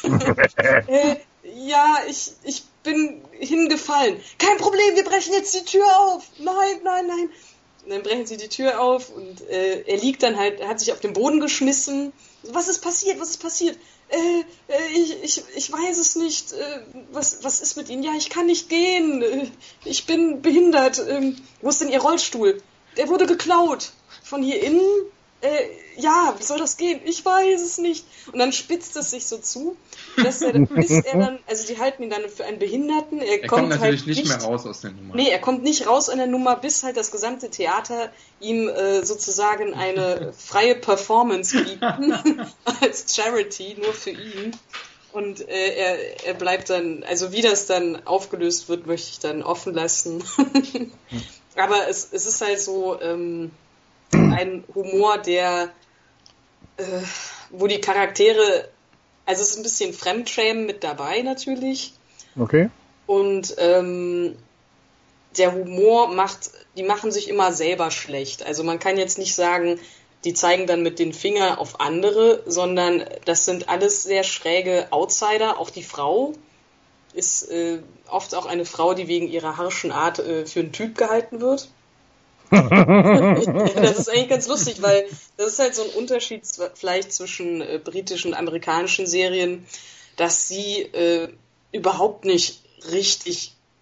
[SPEAKER 2] äh, ja, ich, ich bin hingefallen. Kein Problem, wir brechen jetzt die Tür auf. Nein, nein, nein. Und dann brechen sie die Tür auf und äh, er liegt dann halt, er hat sich auf den Boden geschmissen. Was ist passiert? Was ist passiert? Äh, äh, ich, ich, ich weiß es nicht. Äh, was, was ist mit Ihnen? Ja, ich kann nicht gehen. Äh, ich bin behindert. Ähm, wo ist denn Ihr Rollstuhl? Der wurde geklaut. Von hier innen? Äh, ja, wie soll das gehen? Ich weiß es nicht. Und dann spitzt es sich so zu, dass er, bis er dann, also die halten ihn dann für einen Behinderten. Er,
[SPEAKER 3] Er
[SPEAKER 2] kommt,
[SPEAKER 3] kommt natürlich
[SPEAKER 2] halt
[SPEAKER 3] nicht mehr raus aus der Nummer.
[SPEAKER 2] Nee, er kommt nicht raus an der Nummer, bis halt das gesamte Theater ihm äh, sozusagen eine freie Performance bieten als Charity, nur für ihn. Und äh, er, er bleibt dann, also wie das dann aufgelöst wird, möchte ich dann offen lassen. Aber es, es ist halt so ähm, ein Humor, der äh, wo die Charaktere, also es ist ein bisschen Fremdschämen mit dabei natürlich.
[SPEAKER 1] Okay.
[SPEAKER 2] Und ähm, der Humor macht, die machen sich immer selber schlecht. Also man kann jetzt nicht sagen, die zeigen dann mit den Fingern auf andere, sondern das sind alles sehr schräge Outsider. Auch die Frau ist äh, oft auch eine Frau, die wegen ihrer harschen Art äh, für einen Typ gehalten wird. Das ist eigentlich ganz lustig, weil das ist halt so ein Unterschied vielleicht zwischen äh, britischen und amerikanischen Serien, dass sie äh, überhaupt nicht richtig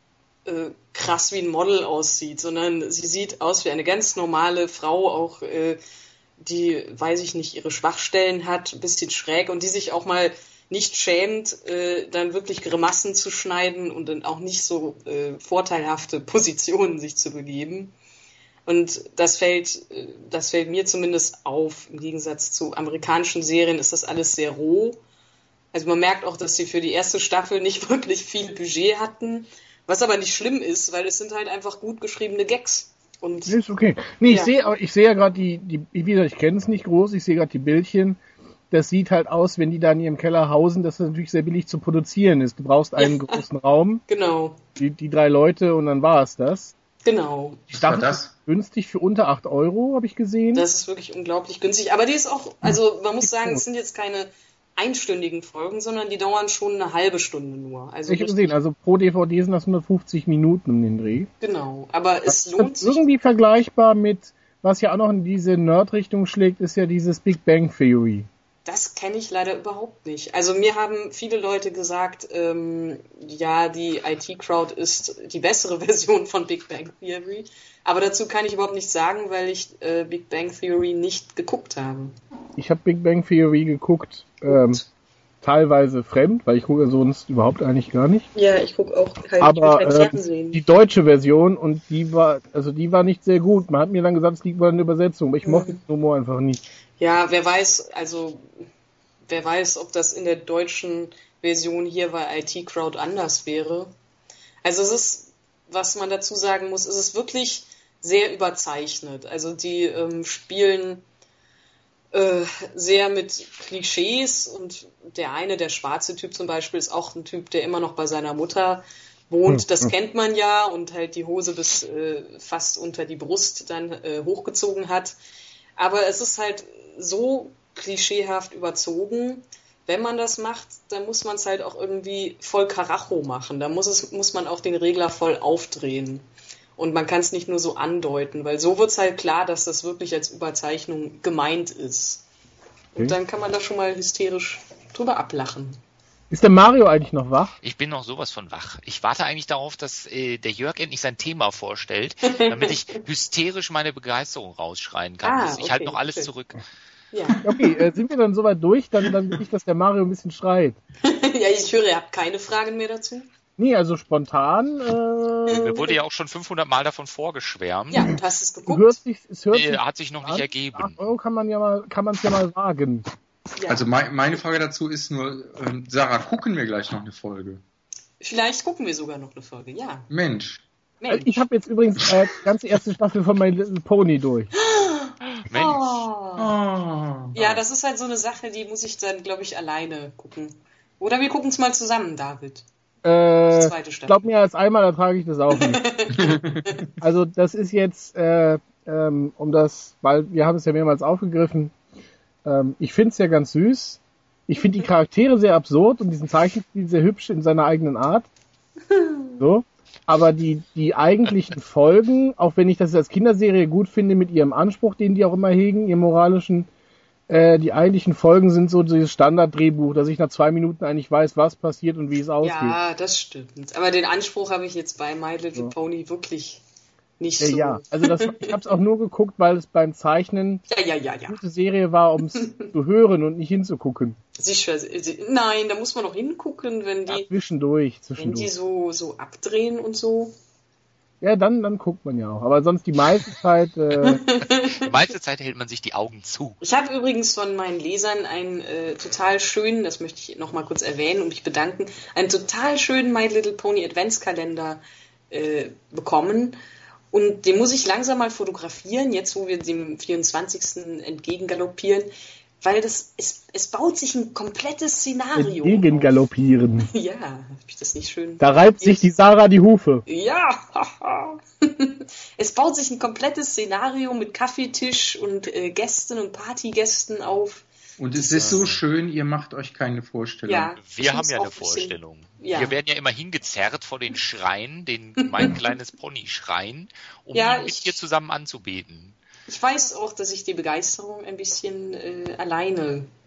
[SPEAKER 2] äh, krass wie ein Model aussieht, sondern sie sieht aus wie eine ganz normale Frau, auch äh, die, weiß ich nicht, ihre Schwachstellen hat, ein bisschen schräg und die sich auch mal nicht schämt, äh, dann wirklich Grimassen zu schneiden und dann auch nicht so äh, vorteilhafte Positionen sich zu begeben. Und das fällt, äh, das fällt mir zumindest auf. Im Gegensatz zu amerikanischen Serien ist das alles sehr roh. Also man merkt auch, dass sie für die erste Staffel nicht wirklich viel Budget hatten, was aber nicht schlimm ist, weil es sind halt einfach gut geschriebene Gags. Und
[SPEAKER 1] ist okay. Nee, ich
[SPEAKER 2] ja.
[SPEAKER 1] sehe, aber ich sehe ja gerade die, die, wie gesagt, ich kenne es nicht groß, ich sehe gerade die Bildchen. Das sieht halt aus, wenn die da in ihrem Keller hausen, dass das natürlich sehr billig zu produzieren ist. Du brauchst einen
[SPEAKER 2] Ja.
[SPEAKER 1] großen Raum,
[SPEAKER 2] Genau,
[SPEAKER 1] die, die drei Leute und dann war es das.
[SPEAKER 2] genau.
[SPEAKER 1] Ich
[SPEAKER 3] Was war
[SPEAKER 1] dachte,
[SPEAKER 3] das?
[SPEAKER 1] das ist günstig für unter acht Euro, habe ich gesehen.
[SPEAKER 2] Das ist wirklich unglaublich günstig. Aber die ist auch, also man muss sagen, es sind jetzt keine einstündigen Folgen, sondern die dauern schon eine halbe Stunde nur. Also
[SPEAKER 1] ich habe
[SPEAKER 2] richtig-
[SPEAKER 1] gesehen, also pro D V D sind das hundertfünfzig Minuten um den Dreh.
[SPEAKER 2] Genau, aber es
[SPEAKER 1] Das
[SPEAKER 2] lohnt
[SPEAKER 1] ist
[SPEAKER 2] sich.
[SPEAKER 1] irgendwie vergleichbar mit, was ja auch noch in diese Nerd-Richtung schlägt, ist ja dieses Big Bang Theory.
[SPEAKER 2] Das kenne ich leider überhaupt nicht. Also mir haben viele Leute gesagt, ähm, ja, die I T-Crowd ist die bessere Version von Big Bang Theory. Aber dazu kann ich überhaupt nichts sagen, weil ich äh, Big Bang Theory nicht geguckt habe.
[SPEAKER 1] Ich habe Big Bang Theory geguckt, ähm, teilweise fremd, weil ich gucke sonst überhaupt eigentlich gar nicht.
[SPEAKER 2] Ja, ich gucke auch halt
[SPEAKER 1] Aber
[SPEAKER 2] kein
[SPEAKER 1] äh,
[SPEAKER 2] Fernsehen.
[SPEAKER 1] die deutsche Version und die war, also die war nicht sehr gut. Man hat mir dann gesagt, es liegt wohl an der Übersetzung, aber ich
[SPEAKER 2] Mhm.
[SPEAKER 1] mochte den Humor einfach nicht.
[SPEAKER 2] Ja, wer weiß, also wer weiß, ob das in der deutschen Version hier bei I T-Crowd anders wäre. Also es ist, was man dazu sagen muss, es ist wirklich sehr überzeichnet. Also die ähm, spielen äh, sehr mit Klischees und der eine, der schwarze Typ zum Beispiel, ist auch ein Typ, der immer noch bei seiner Mutter wohnt.
[SPEAKER 1] Hm,
[SPEAKER 2] Das
[SPEAKER 1] hm.
[SPEAKER 2] kennt man ja und halt die Hose bis äh, fast unter die Brust dann äh, hochgezogen hat. Aber es ist halt so klischeehaft überzogen. Wenn man das macht, dann muss man es halt auch irgendwie voll Karacho machen. Da muss es, muss man auch den Regler voll aufdrehen. Und man kann es nicht nur so andeuten, weil so wird es halt klar, dass das wirklich als Überzeichnung gemeint ist. Und
[SPEAKER 1] Okay.
[SPEAKER 2] dann kann man da schon mal hysterisch drüber ablachen.
[SPEAKER 1] Ist der Mario eigentlich noch wach?
[SPEAKER 4] Ich bin noch sowas von wach. Ich warte eigentlich darauf, dass äh, der Jörg endlich sein Thema vorstellt, damit ich hysterisch meine Begeisterung rausschreien kann.
[SPEAKER 2] Ah,
[SPEAKER 4] ich halte
[SPEAKER 2] okay,
[SPEAKER 4] noch alles
[SPEAKER 2] schön.
[SPEAKER 4] zurück.
[SPEAKER 2] Ja,
[SPEAKER 1] Okay, äh, sind wir dann soweit durch? Dann, dann will ich, dass der Mario ein bisschen schreit.
[SPEAKER 2] ja ich höre, ihr habt keine Fragen mehr dazu.
[SPEAKER 1] Nee, also spontan, äh,
[SPEAKER 4] Mir wurde ja auch schon fünfhundert Mal davon vorgeschwärmt.
[SPEAKER 2] Ja, du hast es
[SPEAKER 1] du
[SPEAKER 2] geguckt.
[SPEAKER 1] hörst dich, es hört
[SPEAKER 4] Nee,
[SPEAKER 1] sich
[SPEAKER 4] hat sich noch nicht
[SPEAKER 1] an.
[SPEAKER 4] ergeben.
[SPEAKER 1] acht Euro kann man ja mal, kann man es ja mal wagen.
[SPEAKER 2] Ja.
[SPEAKER 3] Also mein, meine Frage dazu ist nur, ähm, Sarah, gucken wir gleich noch eine Folge?
[SPEAKER 2] Vielleicht gucken wir sogar noch eine Folge, ja.
[SPEAKER 3] Mensch.
[SPEAKER 2] Mensch.
[SPEAKER 1] Ich habe jetzt übrigens äh, die ganze erste Staffel von My Little Pony durch.
[SPEAKER 4] Mensch.
[SPEAKER 2] Oh.
[SPEAKER 3] Oh.
[SPEAKER 2] Ja, das ist halt so eine Sache, die muss ich dann, glaube ich, alleine gucken. Oder wir gucken es mal zusammen, David.
[SPEAKER 1] Äh,
[SPEAKER 2] Die zweite Staffel.
[SPEAKER 1] glaub mir, als einmal ertrage ich das auch nicht. Also das ist jetzt, äh, ähm, um das, weil wir haben es ja mehrmals aufgegriffen, ähm, ich finde es ja ganz süß. Ich finde die Charaktere sehr absurd und diesen Zeichenstil sehr hübsch in seiner eigenen Art. So. Aber die, die eigentlichen Folgen, auch wenn ich das als Kinderserie gut finde mit ihrem Anspruch, den die auch immer hegen, ihrem moralischen, äh, die eigentlichen Folgen sind so dieses Standarddrehbuch, dass ich nach zwei Minuten eigentlich weiß, was passiert und wie es ausgeht.
[SPEAKER 2] Ja, das stimmt. Aber den Anspruch habe ich jetzt bei My Little
[SPEAKER 1] So.
[SPEAKER 2] Pony wirklich nicht
[SPEAKER 1] Ja,
[SPEAKER 2] so.
[SPEAKER 1] ja. Also das, ich habe es auch nur geguckt, weil es beim Zeichnen
[SPEAKER 2] ja, ja, ja. ja.
[SPEAKER 1] eine gute Serie war, um es zu hören und nicht hinzugucken.
[SPEAKER 2] Sicher, sie- nein, da muss man noch hingucken, wenn
[SPEAKER 1] Ja,
[SPEAKER 2] die,
[SPEAKER 1] zwischendurch,
[SPEAKER 2] wenn die
[SPEAKER 1] zwischendurch.
[SPEAKER 2] so, so abdrehen und so.
[SPEAKER 1] Ja, dann, dann guckt man ja auch. Aber sonst die meiste Zeit, äh,
[SPEAKER 4] Die meiste Zeit hält man sich die Augen zu.
[SPEAKER 2] Ich habe übrigens von meinen Lesern einen äh, total schönen, das möchte ich noch mal kurz erwähnen und mich bedanken, einen total schönen My Little Pony Adventskalender äh, bekommen. Und den muss ich langsam mal fotografieren, jetzt wo wir dem vierundzwanzigsten entgegengaloppieren, weil das es, es baut sich ein komplettes Szenario.
[SPEAKER 1] entgegen galoppieren.
[SPEAKER 2] auf. Ja, habe ich das nicht schön?
[SPEAKER 1] Da reibt sich die Sarah die Hufe.
[SPEAKER 2] Ja, haha. Es baut sich ein komplettes Szenario mit Kaffeetisch und äh, Gästen und Partygästen auf.
[SPEAKER 3] Und es ist so schön, ihr macht euch keine Vorstellung.
[SPEAKER 2] Ja, ich
[SPEAKER 4] Wir haben
[SPEAKER 2] muss
[SPEAKER 4] ja
[SPEAKER 2] auch
[SPEAKER 4] eine
[SPEAKER 2] ein bisschen-
[SPEAKER 4] Vorstellung.
[SPEAKER 2] Ja.
[SPEAKER 4] Wir werden ja immer hingezerrt vor den Schrein, den mein kleines Pony-Schrein, um
[SPEAKER 2] Ja,
[SPEAKER 4] ihn mit
[SPEAKER 2] ich-
[SPEAKER 4] dir zusammen anzubeten.
[SPEAKER 2] Ich weiß auch, dass ich die Begeisterung ein bisschen äh, alleine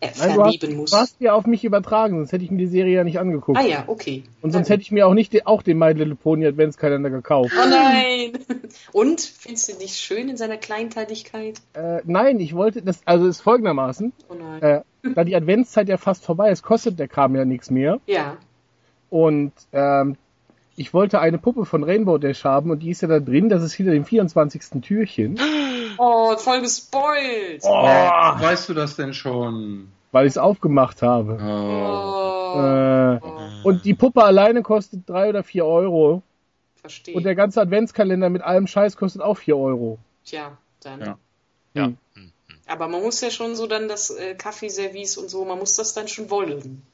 [SPEAKER 2] äh,
[SPEAKER 1] Nein, du hast,
[SPEAKER 2] verleben muss.
[SPEAKER 1] du hast ja auf mich übertragen, sonst hätte ich mir die Serie ja nicht angeguckt.
[SPEAKER 2] Ah ja, okay.
[SPEAKER 1] Und sonst hätte ich mir auch nicht de- auch den My Little Pony Adventskalender gekauft.
[SPEAKER 2] Oh nein! Und, findest du nicht schön in seiner Kleinteiligkeit?
[SPEAKER 1] Äh, nein, ich wollte, das, also ist folgendermaßen,
[SPEAKER 2] Oh nein.
[SPEAKER 1] äh, da die Adventszeit ja fast vorbei ist, kostet der Kram ja nichts mehr.
[SPEAKER 2] Ja.
[SPEAKER 1] Und ähm, ich wollte eine Puppe von Rainbow Dash haben und die ist ja da drin, das ist hinter dem vierundzwanzigsten Türchen.
[SPEAKER 2] Oh, voll gespoilt!
[SPEAKER 1] Oh,
[SPEAKER 3] Weißt du das denn schon?
[SPEAKER 1] weil ich es aufgemacht habe.
[SPEAKER 3] Oh.
[SPEAKER 2] Oh.
[SPEAKER 1] Äh, und die Puppe alleine kostet drei oder vier Euro.
[SPEAKER 2] Verstehe.
[SPEAKER 1] Und der ganze Adventskalender mit allem Scheiß kostet auch vier Euro.
[SPEAKER 2] Tja, dann.
[SPEAKER 3] Ja.
[SPEAKER 4] Ja.
[SPEAKER 1] Hm.
[SPEAKER 4] Hm, hm.
[SPEAKER 2] Aber man muss ja schon so dann das äh, Kaffeeservice und so, man muss das dann schon wollen.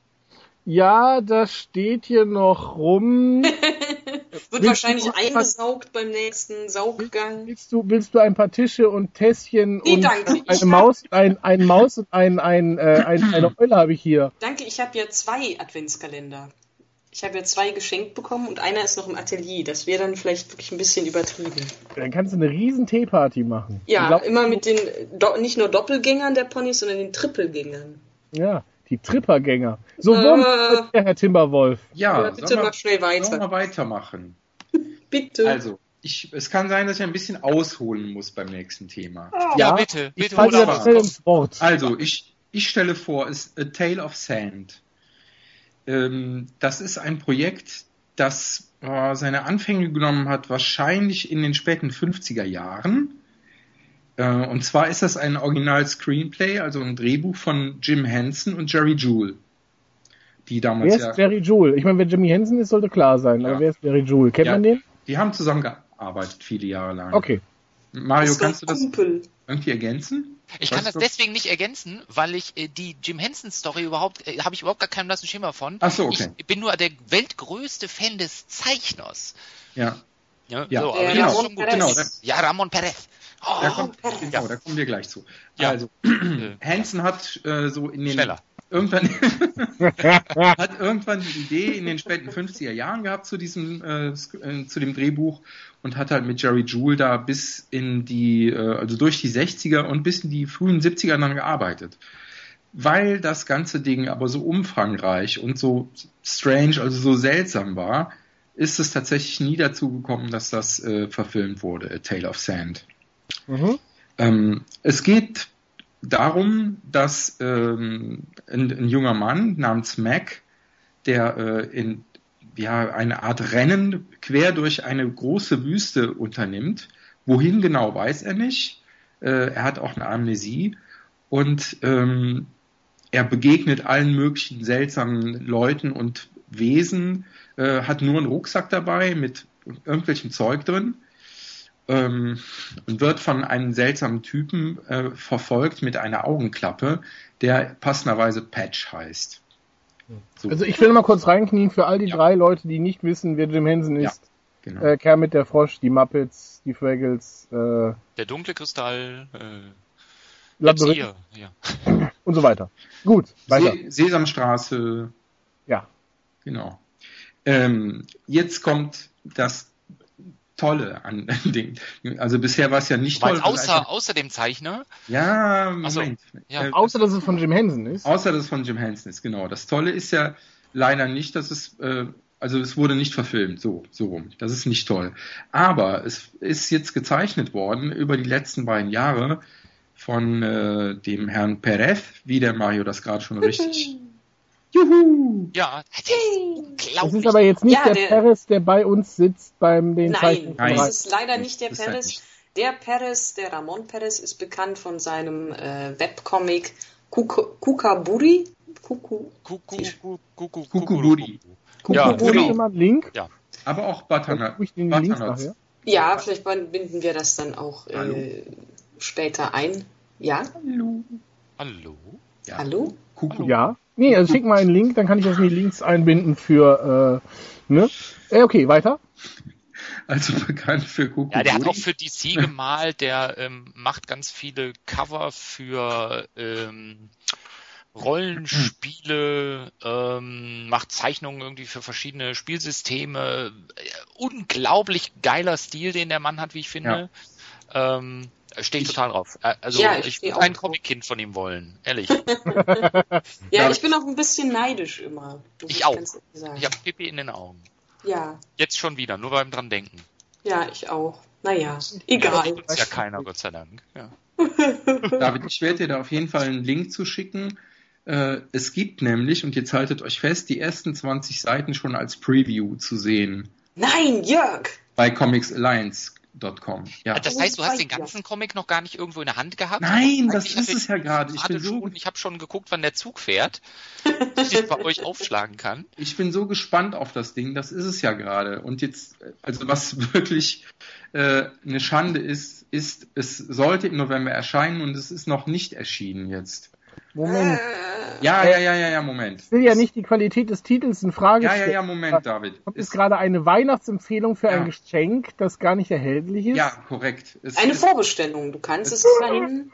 [SPEAKER 1] Ja, das steht hier noch rum.
[SPEAKER 2] Wird
[SPEAKER 1] Willst
[SPEAKER 2] wahrscheinlich
[SPEAKER 1] du-
[SPEAKER 2] eingesaugt beim nächsten Sauggang.
[SPEAKER 1] Willst du, willst du ein paar Tische und Tässchen
[SPEAKER 2] Nee,
[SPEAKER 1] und
[SPEAKER 2] danke.
[SPEAKER 1] eine
[SPEAKER 2] Ich
[SPEAKER 1] Maus, ein, ein Maus und ein, ein, äh, ein, eine Eule habe ich hier.
[SPEAKER 2] Danke, ich habe ja zwei Adventskalender. Ich habe ja zwei geschenkt bekommen und einer ist noch im Atelier. Das wäre dann vielleicht wirklich ein bisschen übertrieben.
[SPEAKER 1] Dann kannst du eine riesen Teeparty machen.
[SPEAKER 2] Ja,
[SPEAKER 1] Ich glaub,
[SPEAKER 2] immer mit den, do, nicht nur Doppelgängern der Ponys, sondern den Trippelgängern.
[SPEAKER 1] Ja, die Trippergänger. So,
[SPEAKER 2] Äh.
[SPEAKER 1] wo äh, Herr Timberwolf?
[SPEAKER 3] Ja,
[SPEAKER 2] Ja, bitte
[SPEAKER 3] sollen wir,
[SPEAKER 2] mach schnell weiter.
[SPEAKER 3] sollen wir weitermachen?
[SPEAKER 2] Bitte.
[SPEAKER 3] Also, ich, es kann sein, dass ich ein bisschen ausholen muss beim nächsten Thema.
[SPEAKER 4] Ja, bitte,
[SPEAKER 1] Ich
[SPEAKER 4] bitte
[SPEAKER 1] falle
[SPEAKER 4] hol
[SPEAKER 1] dir
[SPEAKER 3] aber.
[SPEAKER 1] das schnell ins Wort.
[SPEAKER 3] Also, ich, ich stelle vor, es ist A Tale of Sand. Ähm, das ist ein Projekt, das äh, seine Anfänge genommen hat, wahrscheinlich in den späten fünfziger Jahren. Äh, und zwar ist das ein Original-Screenplay, also ein Drehbuch von Jim Henson und Jerry Juhl. Die damals
[SPEAKER 1] Wer
[SPEAKER 3] ja,
[SPEAKER 1] ist Jerry Juhl? Ich meine, wer Jimmy Henson ist, sollte klar sein.
[SPEAKER 3] Ja.
[SPEAKER 1] Aber wer ist Jerry Juhl? Kennt
[SPEAKER 3] Ja.
[SPEAKER 1] man den?
[SPEAKER 3] die haben zusammengearbeitet viele Jahre lang.
[SPEAKER 1] Okay.
[SPEAKER 3] Mario,
[SPEAKER 2] ist doch
[SPEAKER 3] kannst du das
[SPEAKER 2] Kumpel.
[SPEAKER 3] irgendwie ergänzen?
[SPEAKER 4] Ich kann
[SPEAKER 3] Weißt
[SPEAKER 4] das
[SPEAKER 3] du?
[SPEAKER 4] deswegen nicht ergänzen, weil ich äh, die Jim Henson Story überhaupt, äh, habe ich überhaupt gar keinen blassen Schimmer von.
[SPEAKER 3] Ach so, okay.
[SPEAKER 4] Ich bin nur der weltgrößte Fan des Zeichners.
[SPEAKER 3] Ja.
[SPEAKER 4] Ja,
[SPEAKER 3] Ja,
[SPEAKER 4] so, aber
[SPEAKER 2] Der
[SPEAKER 4] das
[SPEAKER 2] Ramon
[SPEAKER 4] ist schon gut.
[SPEAKER 2] Perez.
[SPEAKER 3] Genau, da-
[SPEAKER 4] Ja, Ramon Perez. Oh,
[SPEAKER 3] Da kommt,
[SPEAKER 2] Perez.
[SPEAKER 3] genau, da kommen wir gleich zu.
[SPEAKER 4] Ja.
[SPEAKER 3] Also,
[SPEAKER 4] äh,
[SPEAKER 3] Hansen hat äh, so in den
[SPEAKER 4] schneller.
[SPEAKER 3] irgendwann hat irgendwann die Idee in den späten fünfziger Jahren gehabt zu diesem äh, Sk- äh, zu dem Drehbuch und hat halt mit Jerry Juhl da bis in die äh, also durch die sechziger und bis in die frühen siebziger dann gearbeitet. Weil das ganze Ding aber so umfangreich und so strange, also so seltsam war, ist es tatsächlich nie dazu gekommen, dass das äh, verfilmt wurde, A Tale of Sand.
[SPEAKER 1] Mhm.
[SPEAKER 3] Ähm, es geht darum, dass ähm, ein, ein junger Mann namens Mac, der äh, in ja, eine Art Rennen quer durch eine große Wüste unternimmt. Wohin genau, weiß er nicht. Äh, er hat auch eine Amnesie und ähm, er begegnet allen möglichen seltsamen Leuten und Wesen, äh, hat nur einen Rucksack dabei mit irgendwelchem Zeug drin. Ähm, und wird von einem seltsamen Typen äh, verfolgt mit einer Augenklappe, der passenderweise Patch heißt. So,
[SPEAKER 1] Also ich will mal kurz reinknien für all die
[SPEAKER 3] Ja.
[SPEAKER 1] drei Leute, die nicht wissen, wer Jim Henson
[SPEAKER 3] Ja.
[SPEAKER 1] ist.
[SPEAKER 3] genau.
[SPEAKER 1] Äh, Kermit der Frosch, die Muppets, die Fraggles, äh,
[SPEAKER 4] Der dunkle Kristall, äh, jetzt
[SPEAKER 1] Labyrinth
[SPEAKER 4] hier, ja.
[SPEAKER 1] und so weiter. Gut, weiter.
[SPEAKER 3] Se Sesamstraße,
[SPEAKER 1] Ja.
[SPEAKER 3] genau. Ähm, jetzt kommt das Tolle an dem. Also bisher war es ja nicht
[SPEAKER 4] Weil
[SPEAKER 3] toll. weil
[SPEAKER 4] außer,
[SPEAKER 3] einfach-
[SPEAKER 4] außer dem Zeichner,
[SPEAKER 3] ja,
[SPEAKER 4] Ach so,
[SPEAKER 3] Moment.
[SPEAKER 4] ja.
[SPEAKER 3] Äh,
[SPEAKER 1] Außer, dass es von Jim Henson ist.
[SPEAKER 3] Außer dass es von Jim Henson ist, genau. Das Tolle ist ja leider nicht, dass es, äh, also es wurde nicht verfilmt, so, so rum. Das ist nicht toll. Aber es ist jetzt gezeichnet worden über die letzten beiden Jahre von äh, dem Herrn Perez, wie der Mario das gerade schon richtig. Juhu!
[SPEAKER 4] ja, das ist
[SPEAKER 1] Das
[SPEAKER 4] unglaublich.
[SPEAKER 1] ist aber jetzt nicht
[SPEAKER 2] Ja,
[SPEAKER 1] der,
[SPEAKER 2] der-
[SPEAKER 1] Perez, der bei uns sitzt beim den
[SPEAKER 2] Nein,
[SPEAKER 1] Zeichen.
[SPEAKER 3] Nein.
[SPEAKER 2] das ist leider nicht der
[SPEAKER 3] Das ist halt
[SPEAKER 2] Perez.
[SPEAKER 3] nicht.
[SPEAKER 2] Der Perez, der Ramon Perez, ist bekannt von seinem äh, Webcomic Kuk- Kukaburi. Kuku.
[SPEAKER 4] Kuku, Kuku, Kuku,
[SPEAKER 3] Kukuburi.
[SPEAKER 4] Ja,
[SPEAKER 1] Guck, wo
[SPEAKER 4] genau.
[SPEAKER 1] jemand Link.
[SPEAKER 3] Aber auch
[SPEAKER 1] Dann
[SPEAKER 3] Butternut.
[SPEAKER 1] gucke ich den Links
[SPEAKER 3] Butternuts.
[SPEAKER 1] nachher.
[SPEAKER 2] Ja, vielleicht binden wir das dann auch
[SPEAKER 3] Hallo?
[SPEAKER 2] äh, später ein. Ja?
[SPEAKER 3] Hallo.
[SPEAKER 4] Hallo?
[SPEAKER 3] Ja.
[SPEAKER 2] Hallo?
[SPEAKER 3] Kuku.
[SPEAKER 1] Ja. Nee, also schick mal einen Link, dann kann ich das in die Links einbinden für, äh, ne? Äh, okay, weiter.
[SPEAKER 3] Also bekannt für Kuku.
[SPEAKER 4] Ja, der hat auch für D C gemalt, der ähm, macht ganz viele Cover für ähm, Rollenspiele, ähm, macht Zeichnungen irgendwie für verschiedene Spielsysteme. Äh, unglaublich geiler Stil, den der Mann hat, wie ich finde. Ähm, stehe ich total drauf. Also
[SPEAKER 2] ja, ich,
[SPEAKER 4] ich
[SPEAKER 2] würde
[SPEAKER 4] ein Comic-Kind von ihm wollen, ehrlich.
[SPEAKER 2] Ja, ich bin auch ein bisschen neidisch immer.
[SPEAKER 4] Ich, ich auch. Ich habe Pipi in den Augen.
[SPEAKER 2] Ja.
[SPEAKER 4] Jetzt schon wieder, nur beim dran denken.
[SPEAKER 2] Ja, ich auch. Naja, egal.
[SPEAKER 4] Das ist ja keiner, Gott sei Dank. Ja.
[SPEAKER 3] David, ich werde dir da auf jeden Fall einen Link zuschicken. Äh, es gibt nämlich, und jetzt haltet euch fest, die ersten zwanzig Seiten schon als Preview zu sehen.
[SPEAKER 2] Nein, Jörg!
[SPEAKER 3] Bei comics alliance Punkt com. Ja.
[SPEAKER 4] Das heißt, du hast den ganzen Comic noch gar nicht irgendwo in der Hand gehabt?
[SPEAKER 3] Nein, das ist es ja gerade. Ich bin so,
[SPEAKER 4] ich habe schon geguckt, wann der Zug fährt, dass ich bei euch aufschlagen kann.
[SPEAKER 3] Ich bin so gespannt auf das Ding. Das ist es ja gerade. Und jetzt, also was wirklich äh, eine Schande ist, ist, es sollte im November erscheinen und es ist noch nicht erschienen jetzt.
[SPEAKER 1] Moment.
[SPEAKER 3] Ja, ja, ja, ja, ja, Moment.
[SPEAKER 1] Ich will ja nicht die Qualität des Titels in Frage
[SPEAKER 3] Ja,
[SPEAKER 1] stellen.
[SPEAKER 3] ja, ja, Moment, David.
[SPEAKER 1] Kommt es gerade eine Weihnachtsempfehlung für
[SPEAKER 3] Ja.
[SPEAKER 1] ein Geschenk, das gar nicht erhältlich ist?
[SPEAKER 3] Ja, korrekt. Es
[SPEAKER 2] Eine
[SPEAKER 3] ist,
[SPEAKER 2] Vorbestellung. Du kannst es immerhin.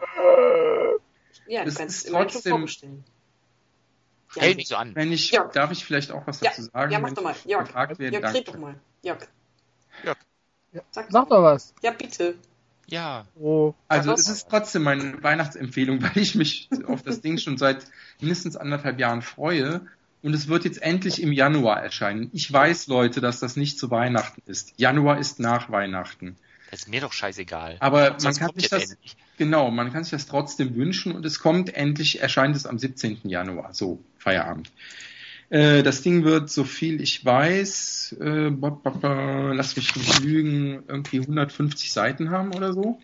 [SPEAKER 2] Ja, du
[SPEAKER 3] Es
[SPEAKER 2] kannst es
[SPEAKER 3] ist
[SPEAKER 2] immerhin schon
[SPEAKER 3] trotzdem-
[SPEAKER 2] vorbestellen. Ja,
[SPEAKER 4] Hält nicht so an.
[SPEAKER 3] Wenn ich,
[SPEAKER 2] Ja.
[SPEAKER 3] darf ich vielleicht auch was
[SPEAKER 2] ja,
[SPEAKER 3] dazu sagen?
[SPEAKER 2] ja, mach
[SPEAKER 3] wenn
[SPEAKER 2] doch mal.
[SPEAKER 3] ich
[SPEAKER 2] Jörg,
[SPEAKER 3] gefragt werde?
[SPEAKER 2] Jörg, red
[SPEAKER 3] Danke.
[SPEAKER 2] doch mal. Jörg.
[SPEAKER 4] Jörg.
[SPEAKER 2] Sag,
[SPEAKER 1] Sag doch was.
[SPEAKER 2] Ja, bitte.
[SPEAKER 4] Ja.
[SPEAKER 1] Oh.
[SPEAKER 3] Also
[SPEAKER 2] Was?
[SPEAKER 3] es ist trotzdem meine Weihnachtsempfehlung, weil ich mich auf das Ding schon seit mindestens anderthalb Jahren freue. Und es wird jetzt endlich im Januar erscheinen. Ich weiß, Leute, dass das nicht zu Weihnachten ist. Januar ist nach Weihnachten.
[SPEAKER 4] Das ist mir doch scheißegal.
[SPEAKER 3] Aber man
[SPEAKER 4] Sonst
[SPEAKER 3] kann
[SPEAKER 4] kommt
[SPEAKER 3] sich
[SPEAKER 4] jetzt
[SPEAKER 3] das,
[SPEAKER 4] endlich.
[SPEAKER 3] genau, man kann sich das trotzdem wünschen und es kommt endlich, erscheint es am siebzehnten Januar. So, Feierabend. Äh, das Ding wird, so viel ich weiß, äh, ba, ba, ba, lass mich nicht lügen, irgendwie hundertfünfzig Seiten haben oder so.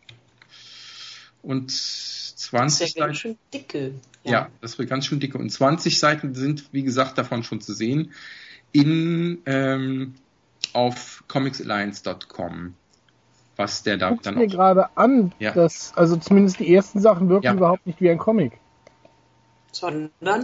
[SPEAKER 3] Und
[SPEAKER 2] Das ist
[SPEAKER 3] zwanzig
[SPEAKER 2] ja ganz
[SPEAKER 3] Seiten.
[SPEAKER 2] schön dicke.
[SPEAKER 3] Ja, das wird ganz schön dicke. Und zwanzig Seiten sind, wie gesagt, davon schon zu sehen in ähm, auf comics alliance Punkt com. Was der da
[SPEAKER 1] Guck's
[SPEAKER 3] dann
[SPEAKER 1] mir
[SPEAKER 3] auch.
[SPEAKER 1] gerade an,
[SPEAKER 3] Ja.
[SPEAKER 1] dass, also zumindest die ersten Sachen wirken
[SPEAKER 3] Ja.
[SPEAKER 1] überhaupt nicht wie ein Comic.
[SPEAKER 2] Sondern?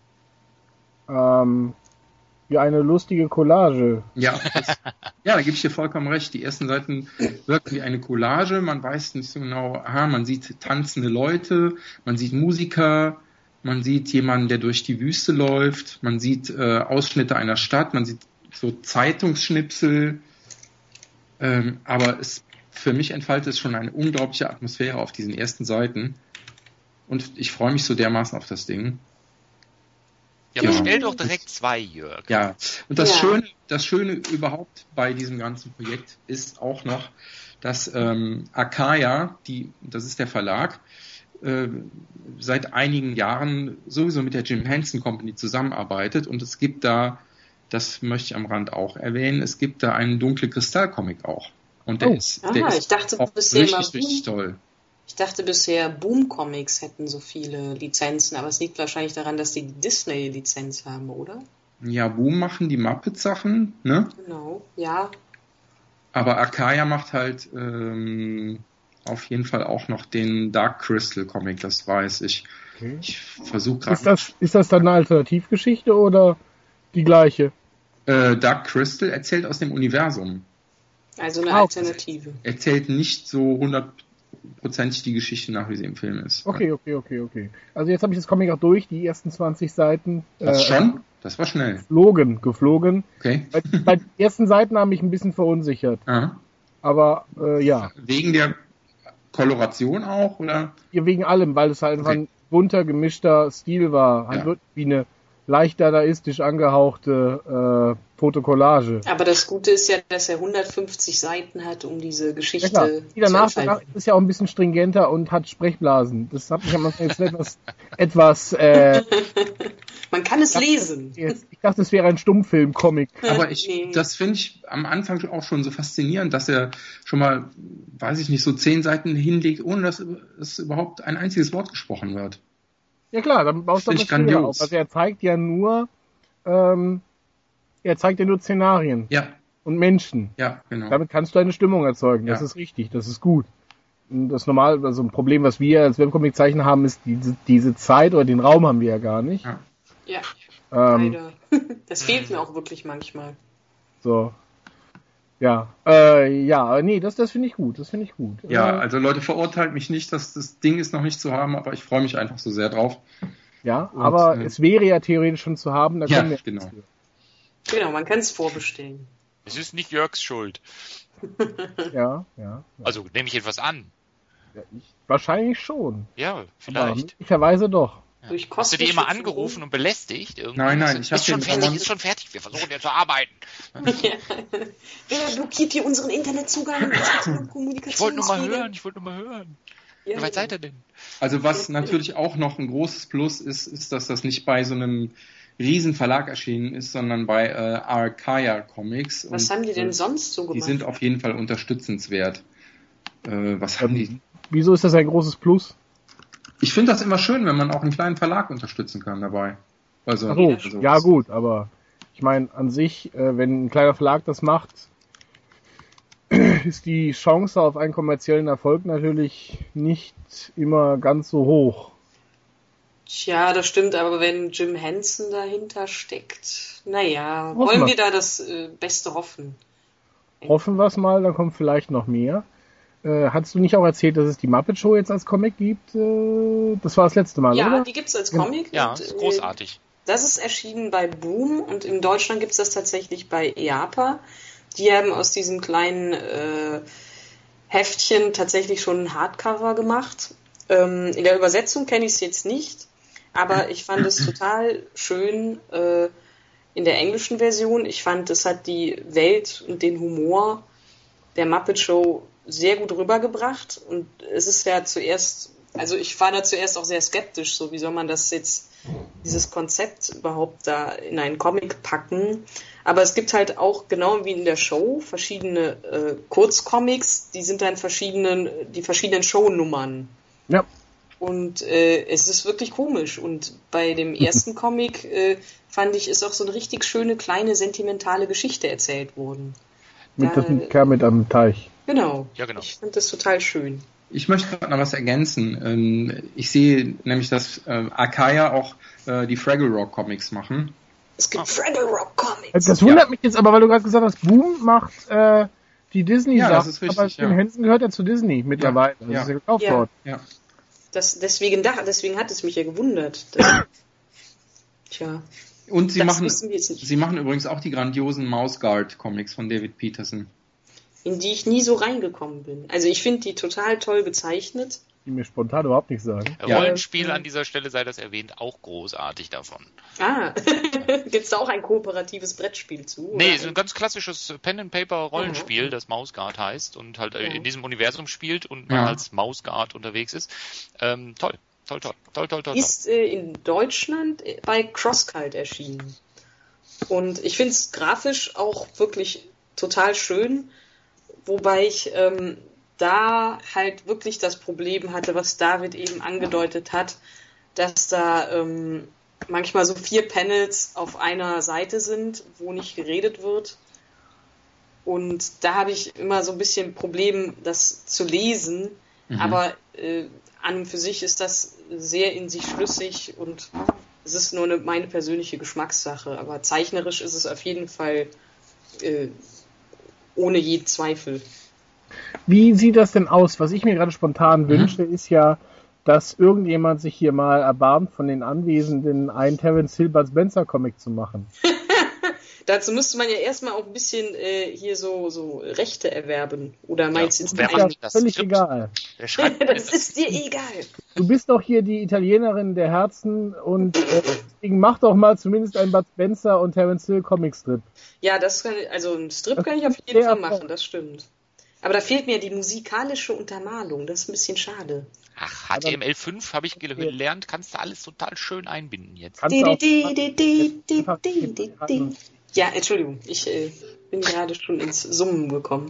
[SPEAKER 1] Ähm, wie eine lustige Collage.
[SPEAKER 3] Ja, das, ja, da gebe ich dir vollkommen recht. Die ersten Seiten wirken wie eine Collage. Man weiß nicht so genau, aha, man sieht tanzende Leute, man sieht Musiker, man sieht jemanden, der durch die Wüste läuft, man sieht äh, Ausschnitte einer Stadt, man sieht so Zeitungsschnipsel. Ähm, aber es, für mich entfaltet es schon eine unglaubliche Atmosphäre auf diesen ersten Seiten. Und ich freue mich so dermaßen auf das Ding.
[SPEAKER 4] Ja,
[SPEAKER 3] Ja.
[SPEAKER 4] bestell doch direkt zwei, Jörg.
[SPEAKER 3] Ja, und das
[SPEAKER 2] Ja.
[SPEAKER 3] Schöne, das Schöne überhaupt bei diesem ganzen Projekt ist auch noch, dass ähm, Akaya, die, das ist der Verlag, äh, seit einigen Jahren sowieso mit der Jim Henson Company zusammenarbeitet und es gibt da, das möchte ich am Rand auch erwähnen, es gibt da einen dunkle Kristall-Comic auch. Und der
[SPEAKER 1] Oh.
[SPEAKER 3] ist,
[SPEAKER 2] Aha,
[SPEAKER 3] der
[SPEAKER 2] ich
[SPEAKER 3] ist
[SPEAKER 2] dachte
[SPEAKER 3] auch
[SPEAKER 2] bisher
[SPEAKER 3] richtig,
[SPEAKER 2] immer
[SPEAKER 3] richtig toll.
[SPEAKER 2] Ich dachte bisher, Boom Comics hätten so viele Lizenzen, aber es liegt wahrscheinlich daran, dass die Disney-Lizenz haben, oder?
[SPEAKER 3] Ja, Boom machen die Muppet-Sachen, ne?
[SPEAKER 2] Genau, ja.
[SPEAKER 3] Aber Akaya macht halt ähm, auf jeden Fall auch noch den Dark Crystal Comic, das weiß ich.
[SPEAKER 1] Okay.
[SPEAKER 3] Ich versuche
[SPEAKER 1] Ist
[SPEAKER 3] gerade.
[SPEAKER 1] das, ist das dann eine Alternativgeschichte oder die gleiche?
[SPEAKER 3] Äh, Dark Crystal erzählt aus dem Universum.
[SPEAKER 2] Also eine
[SPEAKER 1] Ah, okay.
[SPEAKER 2] Alternative.
[SPEAKER 3] Erzählt nicht so hundertprozentig die Geschichte nach, wie sie im Film ist.
[SPEAKER 1] Okay, okay, okay, okay. Also jetzt habe ich das Comic auch durch, die ersten zwanzig Seiten.
[SPEAKER 3] Das
[SPEAKER 1] äh,
[SPEAKER 3] schon? Das war schnell.
[SPEAKER 1] Geflogen, geflogen.
[SPEAKER 3] Okay.
[SPEAKER 1] Bei, bei den ersten Seiten haben mich ein bisschen verunsichert.
[SPEAKER 3] Aha.
[SPEAKER 1] Aber äh, ja,
[SPEAKER 3] Wegen der Koloration auch, oder?
[SPEAKER 1] hier wegen allem, weil es halt einfach
[SPEAKER 3] Okay.
[SPEAKER 1] ein bunter, gemischter Stil war. Halt
[SPEAKER 3] Ja.
[SPEAKER 1] wirklich wie eine leicht dadaistisch angehauchte äh, Fotokollage.
[SPEAKER 2] Aber das Gute ist ja, dass er hundertfünfzig Seiten hat, um diese
[SPEAKER 1] Ja,
[SPEAKER 2] Geschichte
[SPEAKER 1] klar. Die danach,
[SPEAKER 2] zu
[SPEAKER 1] danach
[SPEAKER 2] entfalten.
[SPEAKER 1] ist ja auch ein bisschen stringenter und hat Sprechblasen. Das hat mich am Anfang jetzt etwas, etwas äh,
[SPEAKER 2] Man kann es lesen.
[SPEAKER 1] jetzt, ich dachte, es wäre ein Stummfilm-Comic.
[SPEAKER 3] Aber ich,
[SPEAKER 2] Nee.
[SPEAKER 3] das finde ich am Anfang auch schon so faszinierend, dass er schon mal, weiß ich nicht, so zehn Seiten hinlegt, ohne dass es überhaupt ein einziges Wort gesprochen wird.
[SPEAKER 1] Ja klar, dann baust du
[SPEAKER 3] Finde
[SPEAKER 1] das
[SPEAKER 3] ich grandios.
[SPEAKER 1] auf. Also er zeigt ja nur, ähm, er zeigt ja nur Szenarien
[SPEAKER 3] Ja,
[SPEAKER 1] und Menschen.
[SPEAKER 3] ja, genau.
[SPEAKER 1] Damit kannst du eine Stimmung erzeugen. Das
[SPEAKER 3] Ja.
[SPEAKER 1] ist richtig, das ist gut. Und das normal, also ein Problem, was wir als Webcomic-Zeichner haben, ist diese, diese Zeit oder den Raum haben wir ja gar nicht.
[SPEAKER 3] Ja.
[SPEAKER 2] Ja,
[SPEAKER 1] Ähm,
[SPEAKER 2] leider. Das fehlt mir auch wirklich manchmal.
[SPEAKER 1] so. Ja, äh, ja, nee, das, das finde ich gut, das finde ich gut.
[SPEAKER 3] Ja,
[SPEAKER 1] äh,
[SPEAKER 3] also Leute, verurteilt mich nicht, dass das Ding ist noch nicht zu haben, aber ich freue mich einfach so sehr drauf.
[SPEAKER 1] ja,
[SPEAKER 3] und,
[SPEAKER 1] aber
[SPEAKER 3] äh,
[SPEAKER 1] es wäre ja theoretisch schon zu haben, da
[SPEAKER 3] Ja,
[SPEAKER 1] kommen wir
[SPEAKER 3] genau.
[SPEAKER 1] jetzt zu.
[SPEAKER 2] Genau, man kann es vorbestellen.
[SPEAKER 4] Es ist nicht Jörgs Schuld.
[SPEAKER 1] Ja, ja. ja.
[SPEAKER 4] Also nehme ich etwas an.
[SPEAKER 1] Ja, ich, wahrscheinlich schon.
[SPEAKER 4] Ja, vielleicht.
[SPEAKER 1] Möglicherweise doch.
[SPEAKER 4] Ja.
[SPEAKER 2] Durch
[SPEAKER 4] Hast du die immer
[SPEAKER 2] kosmische
[SPEAKER 4] angerufen und belästigt? Irgendwie?
[SPEAKER 3] Nein, nein,
[SPEAKER 4] ist,
[SPEAKER 3] ich hab
[SPEAKER 4] ist schon
[SPEAKER 3] den
[SPEAKER 4] fertig,
[SPEAKER 3] Ramon-
[SPEAKER 4] ist schon fertig. Wir versuchen ja zu arbeiten.
[SPEAKER 2] Ja. Wer blockiert hier unseren Internetzugang?
[SPEAKER 4] Ich wollte nur mal hören, ich wollte nur mal hören.
[SPEAKER 2] Ja,
[SPEAKER 4] Wie weit seid ihr denn?
[SPEAKER 3] Also was natürlich auch noch ein großes Plus ist, ist, dass das nicht bei so einem riesen Verlag erschienen ist, sondern bei äh, Archaia Comics.
[SPEAKER 2] Was
[SPEAKER 3] Und,
[SPEAKER 2] haben die denn
[SPEAKER 3] äh,
[SPEAKER 2] sonst so gemacht?
[SPEAKER 3] Die sind auf jeden Fall unterstützenswert. Äh, was haben die?
[SPEAKER 1] Wieso ist das ein großes Plus?
[SPEAKER 3] Ich finde das immer schön, wenn man auch einen kleinen Verlag unterstützen kann dabei. Also,
[SPEAKER 1] Ach so,
[SPEAKER 3] also
[SPEAKER 1] ja gut, aber ich meine an sich, äh, wenn ein kleiner Verlag das macht, ist die Chance auf einen kommerziellen Erfolg natürlich nicht immer ganz so hoch.
[SPEAKER 2] Tja, das stimmt, aber wenn Jim Henson dahinter steckt, naja,
[SPEAKER 1] Hoffen
[SPEAKER 2] wollen
[SPEAKER 1] wir.
[SPEAKER 2] wir da das äh, Beste hoffen?
[SPEAKER 1] Hoffen wir es mal, dann kommt vielleicht noch mehr. Äh, hast du nicht auch erzählt, dass es die Muppet Show jetzt als Comic gibt? Äh, das war das letzte Mal,
[SPEAKER 2] Ja,
[SPEAKER 1] oder?
[SPEAKER 2] die gibt's als
[SPEAKER 1] Ja.
[SPEAKER 2] Comic.
[SPEAKER 4] Ja,
[SPEAKER 2] und,
[SPEAKER 4] ist
[SPEAKER 2] äh,
[SPEAKER 4] großartig.
[SPEAKER 2] Das ist erschienen bei Boom und in Deutschland gibt's das tatsächlich bei E A P A. Die haben aus diesem kleinen äh, Heftchen tatsächlich schon ein Hardcover gemacht. Ähm, in der Übersetzung kenne ich es jetzt nicht, aber ich fand es total schön äh, in der englischen Version. Ich fand, es hat die Welt und den Humor der Muppet Show sehr gut rübergebracht. Und es ist ja zuerst, also ich war da zuerst auch sehr skeptisch, so wie soll man das jetzt, dieses Konzept überhaupt da in einen Comic packen. Aber es gibt halt auch, genau wie in der Show, verschiedene äh, Kurzcomics, die sind dann verschiedenen, die verschiedenen Shownummern.
[SPEAKER 1] Ja.
[SPEAKER 2] Und äh, es ist wirklich komisch. Und bei dem ersten Comic äh, fand ich, ist auch so eine richtig schöne, kleine, sentimentale Geschichte erzählt worden.
[SPEAKER 1] Mit
[SPEAKER 2] Da,
[SPEAKER 1] dem Kermit am Teich.
[SPEAKER 2] Genau.
[SPEAKER 4] Ja, genau.
[SPEAKER 2] Ich fand das total schön.
[SPEAKER 3] ich möchte gerade noch was ergänzen. Ähm, ich sehe nämlich, dass äh, Archaia auch äh, die Fraggle Rock Comics machen.
[SPEAKER 2] Es gibt
[SPEAKER 4] Ah.
[SPEAKER 2] Fraggle Rock Comics.
[SPEAKER 1] Das wundert mich jetzt aber, weil du gerade gesagt hast, Boom macht äh, die Disney-Sachen,
[SPEAKER 3] Ja, das ist richtig,
[SPEAKER 1] aber Jim
[SPEAKER 3] ja.
[SPEAKER 1] Henson gehört ja zu Disney mittlerweile. Das
[SPEAKER 3] ja.
[SPEAKER 1] ist ja gekauft
[SPEAKER 2] Ja.
[SPEAKER 1] worden.
[SPEAKER 3] Ja.
[SPEAKER 2] Das, deswegen, da, deswegen hat es mich ja gewundert. Dass, tja,
[SPEAKER 3] Und sie
[SPEAKER 2] das
[SPEAKER 3] machen,
[SPEAKER 2] wissen wir jetzt nicht.
[SPEAKER 3] sie machen übrigens auch die grandiosen Mouse Guard Comics von David Peterson.
[SPEAKER 2] In die ich nie so reingekommen bin. Also ich finde die total toll gezeichnet.
[SPEAKER 1] Die mir spontan überhaupt nicht sagen.
[SPEAKER 3] Ja.
[SPEAKER 4] Rollenspiel an dieser Stelle, sei das erwähnt, auch großartig davon.
[SPEAKER 2] Ah, gibt's da auch ein kooperatives Brettspiel zu?
[SPEAKER 4] Nee,
[SPEAKER 2] oder?
[SPEAKER 4] so ein ganz klassisches Pen-and-Paper-Rollenspiel, das Mouse Guard heißt und halt äh,
[SPEAKER 2] Ja.
[SPEAKER 4] in diesem Universum spielt und man
[SPEAKER 3] Ja.
[SPEAKER 4] als Mouse Guard unterwegs ist. Ähm, toll, toll, toll, toll, toll, toll. toll.
[SPEAKER 2] Ist äh, in Deutschland bei CrossCult erschienen. Und ich finde es grafisch auch wirklich total schön, wobei ich ähm, da halt wirklich das Problem hatte, was David eben angedeutet hat, dass da ähm, manchmal so vier Panels auf einer Seite sind, wo nicht geredet wird. Und da habe ich immer so ein bisschen Problem, das zu lesen.
[SPEAKER 3] Mhm.
[SPEAKER 2] Aber äh, an und für sich ist das sehr in sich schlüssig und es ist nur eine, meine persönliche Geschmackssache. Aber zeichnerisch ist es auf jeden Fall äh, ohne jeden Zweifel.
[SPEAKER 1] Wie sieht das denn aus? Was ich mir gerade spontan wünsche, ist ja, dass irgendjemand sich hier mal erbarmt, von den Anwesenden einen Terence Hill Bud Spencer Comic zu machen.
[SPEAKER 2] Dazu müsste man ja erstmal auch ein bisschen äh, hier so, so Rechte erwerben. Oder meinst
[SPEAKER 4] Ja,
[SPEAKER 2] du,
[SPEAKER 4] wer
[SPEAKER 2] ins
[SPEAKER 4] macht
[SPEAKER 1] Ja,
[SPEAKER 4] denn das
[SPEAKER 1] völlig
[SPEAKER 4] Skript?
[SPEAKER 1] egal.
[SPEAKER 4] Der schreibt
[SPEAKER 2] das ist dir egal.
[SPEAKER 1] Du bist doch hier die Italienerin der Herzen und äh, deswegen mach doch mal zumindest einen Bud Spencer und Terence Hill Comicstrip.
[SPEAKER 2] Ja, das kann, also ein Strip
[SPEAKER 1] Das
[SPEAKER 2] kann ich auf
[SPEAKER 1] ist
[SPEAKER 2] jeden
[SPEAKER 1] sehr
[SPEAKER 2] Fall machen, das stimmt. Aber da fehlt mir die musikalische Untermalung, das ist ein bisschen schade.
[SPEAKER 4] Ach, H T M L fünf habe ich gelernt, kannst du alles total schön einbinden jetzt.
[SPEAKER 1] Kannst
[SPEAKER 2] Di,
[SPEAKER 1] du
[SPEAKER 2] di,
[SPEAKER 1] auch-
[SPEAKER 2] di, di, di,
[SPEAKER 1] einfach-
[SPEAKER 2] di, di, di. Ja, Entschuldigung, ich äh, bin gerade schon ins Summen gekommen.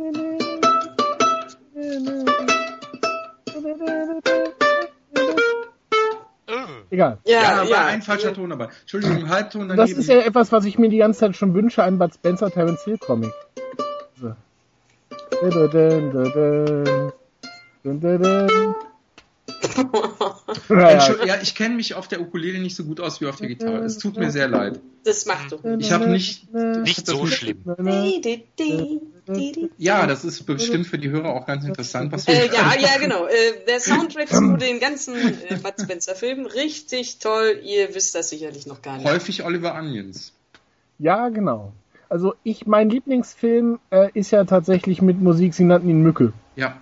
[SPEAKER 4] Äh.
[SPEAKER 1] Egal.
[SPEAKER 3] Ja,
[SPEAKER 2] Ja,
[SPEAKER 3] aber
[SPEAKER 2] ja.
[SPEAKER 3] ein falscher Ton dabei. Entschuldigung, Halbton
[SPEAKER 1] Das
[SPEAKER 3] daneben.
[SPEAKER 1] ist ja etwas, was ich mir die ganze Zeit schon wünsche, einen Bud Spencer Terence Hill Comic. So. Dun, dun, dun, dun. Dun, dun, dun. Naja,
[SPEAKER 3] Entschuldigung, ja, ich kenne mich auf der Ukulele nicht so gut aus wie auf der Gitarre. Es tut mir sehr leid.
[SPEAKER 2] Das macht doch.
[SPEAKER 3] Ich habe nicht...
[SPEAKER 4] Nicht so schlimm.
[SPEAKER 2] Di, di, di, di, di.
[SPEAKER 3] Ja, das ist bestimmt für die Hörer auch ganz interessant, was
[SPEAKER 2] Äh,
[SPEAKER 3] wir
[SPEAKER 2] ja, ja, genau. Äh, der Soundtrack zu den ganzen äh, Bud Spencer Filmen, richtig toll. Ihr wisst das sicherlich noch gar nicht.
[SPEAKER 3] häufig Oliver Onions.
[SPEAKER 1] ja, genau. Also ich, mein Lieblingsfilm äh, ist ja tatsächlich mit Musik, sie nannten ihn Mücke.
[SPEAKER 3] Ja.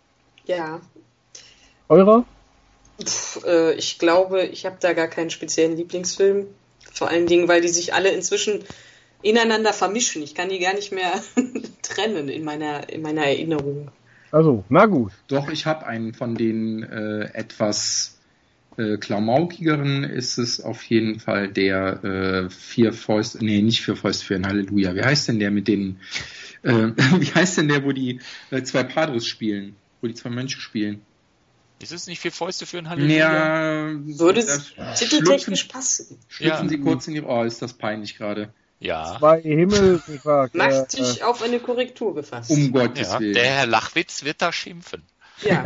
[SPEAKER 2] Ja.
[SPEAKER 1] Eurer?
[SPEAKER 2] Pff, äh, ich glaube, ich habe da gar keinen speziellen Lieblingsfilm. Vor allen Dingen, weil die sich alle inzwischen ineinander vermischen. Ich kann die gar nicht mehr trennen in meiner, in meiner Erinnerung.
[SPEAKER 1] Also, na gut.
[SPEAKER 3] Doch, ich habe einen von den äh, etwas äh, klamaukigeren, ist es auf jeden Fall der äh, vier Fäuste, nee, nicht vier Fäuste für ein Halleluja. Wie heißt denn der mit den, äh, wie heißt denn der, wo die äh, zwei Padres spielen, wo die zwei Mönche spielen?
[SPEAKER 4] Ist es nicht vier Fäuste für ein Halleluja?
[SPEAKER 3] Ja,
[SPEAKER 2] Würde es titeltechnisch passen.
[SPEAKER 3] Schlüpfen
[SPEAKER 4] Ja.
[SPEAKER 3] Sie kurz in die, oh, ist das peinlich gerade.
[SPEAKER 4] Ja.
[SPEAKER 1] Zwei Himmel, ich war,
[SPEAKER 2] Macht
[SPEAKER 1] äh,
[SPEAKER 2] sich auf eine Korrektur gefasst.
[SPEAKER 3] Um Gottes
[SPEAKER 4] ja.
[SPEAKER 3] Willen.
[SPEAKER 4] Der Herr Lachwitz wird da schimpfen.
[SPEAKER 2] Ja.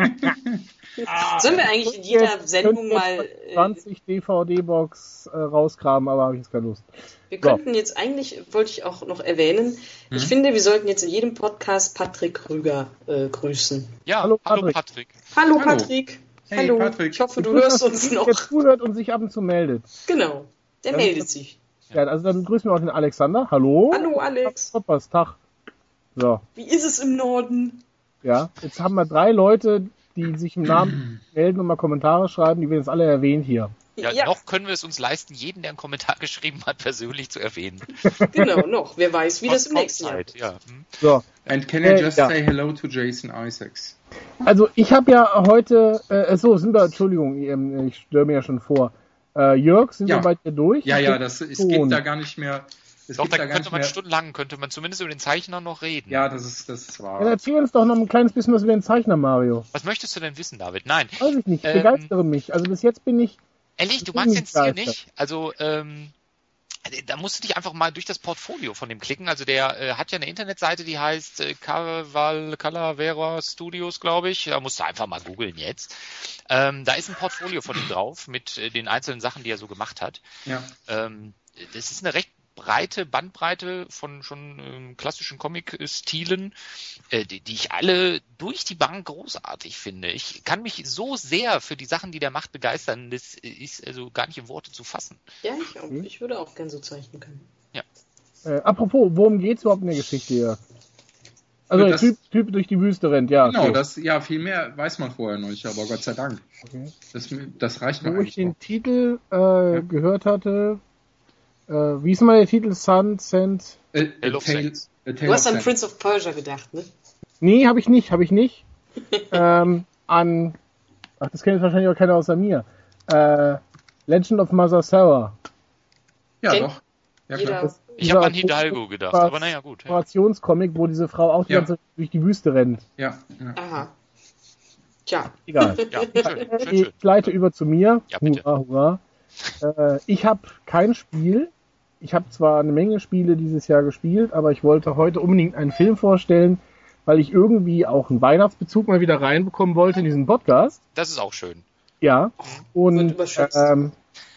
[SPEAKER 2] Sollen wir eigentlich in jeder Sendung mal... Äh,
[SPEAKER 1] zwanzig D V D-Box äh, rauskramen, aber habe ich jetzt keine Lust.
[SPEAKER 2] wir
[SPEAKER 1] So.
[SPEAKER 2] könnten jetzt eigentlich, wollte ich auch noch erwähnen, ich
[SPEAKER 3] Hm?
[SPEAKER 2] finde, wir sollten jetzt in jedem Podcast Patrick Rüger äh, grüßen.
[SPEAKER 4] Ja,
[SPEAKER 1] Hallo,
[SPEAKER 4] hallo,
[SPEAKER 1] Patrick.
[SPEAKER 4] Patrick.
[SPEAKER 2] Hallo,
[SPEAKER 3] Hallo.
[SPEAKER 2] Patrick.
[SPEAKER 3] Hey,
[SPEAKER 2] Hallo.
[SPEAKER 3] Patrick.
[SPEAKER 2] Ich hoffe, du
[SPEAKER 1] Gut,
[SPEAKER 2] hörst
[SPEAKER 1] dass
[SPEAKER 2] uns
[SPEAKER 1] ihr
[SPEAKER 2] noch.
[SPEAKER 1] jetzt zuhört und sich ab und zu meldet.
[SPEAKER 2] Genau. Der
[SPEAKER 1] Ja.
[SPEAKER 2] meldet sich.
[SPEAKER 1] Ja, also dann grüßen wir auch den Alexander. Hallo?
[SPEAKER 2] Hallo, Alex.
[SPEAKER 1] Hoppers, Tag. So,
[SPEAKER 2] Wie ist es im Norden?
[SPEAKER 1] ja. Jetzt haben wir drei Leute, die sich im Namen melden und mal Kommentare schreiben. Die werden jetzt alle erwähnt hier.
[SPEAKER 4] Ja, noch können wir es uns leisten, jeden, der einen Kommentar geschrieben hat, persönlich zu erwähnen.
[SPEAKER 2] genau, noch. Wer weiß, wie das im
[SPEAKER 4] Kommt
[SPEAKER 2] nächsten Jahr
[SPEAKER 4] Zeit, ja. Hm.
[SPEAKER 1] So,
[SPEAKER 3] And can I
[SPEAKER 1] Äh,
[SPEAKER 3] just
[SPEAKER 1] ja.
[SPEAKER 3] say hello to Jason Isaacs?
[SPEAKER 1] also ich habe ja heute, äh, so sind wir, Entschuldigung, ähm, ich störe mir ja schon vor. Äh, Jörg, sind
[SPEAKER 3] Ja.
[SPEAKER 1] wir bei dir durch?
[SPEAKER 3] Ja,
[SPEAKER 1] Ich
[SPEAKER 3] ja,
[SPEAKER 1] bin
[SPEAKER 3] das es
[SPEAKER 1] schon.
[SPEAKER 3] geht da gar nicht mehr. Es
[SPEAKER 4] Doch,
[SPEAKER 3] gibt
[SPEAKER 4] da
[SPEAKER 3] da gar
[SPEAKER 4] könnte
[SPEAKER 3] nicht
[SPEAKER 4] man
[SPEAKER 3] mehr.
[SPEAKER 4] stundenlang, könnte man zumindest über den Zeichner noch reden.
[SPEAKER 3] Ja, das ist das ist wahr.
[SPEAKER 1] Dann erzähl uns doch noch ein kleines bisschen was über den Zeichner, Mario.
[SPEAKER 4] Was möchtest du denn wissen, David? Nein.
[SPEAKER 1] Weiß ich nicht, ich
[SPEAKER 4] Ähm,
[SPEAKER 1] begeistere mich. Also bis jetzt bin ich,
[SPEAKER 4] Ehrlich, du
[SPEAKER 1] Ich bin
[SPEAKER 4] magst den
[SPEAKER 1] nicht
[SPEAKER 4] Stil
[SPEAKER 1] begeistert.
[SPEAKER 4] nicht? Also, ähm, da musst du dich einfach mal durch das Portfolio von dem klicken. Also der äh, hat ja eine Internetseite, die heißt äh, Caval, Calavera Studios, glaube ich. Da musst du einfach mal googeln jetzt. Ähm, da ist ein Portfolio von ihm drauf mit äh, den einzelnen Sachen, die er so gemacht hat.
[SPEAKER 3] Ja.
[SPEAKER 4] Ähm, das ist eine recht breite Bandbreite von schon ähm, klassischen Comic-Stilen, äh, die, die ich alle durch die Bank großartig finde. Ich kann mich so sehr für die Sachen, die der macht, begeistern. Das ist also gar nicht in Worte zu fassen.
[SPEAKER 2] Ja, ich auch. Ich würde auch gern so zeichnen können.
[SPEAKER 1] äh, apropos, worum geht's überhaupt in der Geschichte hier? Also
[SPEAKER 3] Ja,
[SPEAKER 1] der
[SPEAKER 3] das-
[SPEAKER 1] Typ, Typ durch die Wüste rennt, ja.
[SPEAKER 3] Genau,
[SPEAKER 1] okay.
[SPEAKER 3] das, ja, viel mehr weiß man vorher noch nicht, aber Gott sei Dank.
[SPEAKER 1] Okay.
[SPEAKER 3] Das, das reicht mir
[SPEAKER 1] Wo ich
[SPEAKER 3] eigentlich.
[SPEAKER 1] den
[SPEAKER 3] noch.
[SPEAKER 1] Titel äh, gehört hatte, äh, wie ist mal der Titel? Sun, Sand?
[SPEAKER 3] Äh,
[SPEAKER 4] Tale of
[SPEAKER 3] Tale-
[SPEAKER 4] Saints.
[SPEAKER 3] äh, Tale
[SPEAKER 2] Du hast
[SPEAKER 3] of
[SPEAKER 2] an
[SPEAKER 3] Saints.
[SPEAKER 2] Prince of Persia gedacht, ne?
[SPEAKER 1] Nee, habe ich nicht, habe ich nicht. ähm, an, ach, das kennt jetzt wahrscheinlich auch keiner außer mir. Äh, Legend of Mother Sarah.
[SPEAKER 3] Ja,
[SPEAKER 2] Kennt
[SPEAKER 3] doch. Ja,
[SPEAKER 2] jeder-
[SPEAKER 3] klar.
[SPEAKER 1] Das-
[SPEAKER 4] Ich habe an
[SPEAKER 1] dieser
[SPEAKER 4] Hidalgo gedacht,
[SPEAKER 1] was-
[SPEAKER 4] aber naja, gut. Ja.
[SPEAKER 1] Animationscomic, wo diese Frau auch die
[SPEAKER 3] Ja.
[SPEAKER 1] ganze Zeit durch die Wüste rennt.
[SPEAKER 3] Ja, ja.
[SPEAKER 2] Aha. Tja.
[SPEAKER 1] Egal.
[SPEAKER 4] Ja, schön, schön, schön.
[SPEAKER 1] Ich leite über zu mir.
[SPEAKER 4] Ja, bitte.
[SPEAKER 1] Hurra, hurra. Äh, ich habe kein Spiel. Ich habe zwar eine Menge Spiele dieses Jahr gespielt, aber ich wollte heute unbedingt einen Film vorstellen, weil ich irgendwie auch einen Weihnachtsbezug mal wieder reinbekommen wollte in diesen Podcast.
[SPEAKER 4] Das ist auch schön.
[SPEAKER 1] Ja.
[SPEAKER 2] Wird
[SPEAKER 1] Und
[SPEAKER 2] überschätzt.
[SPEAKER 1] ähm,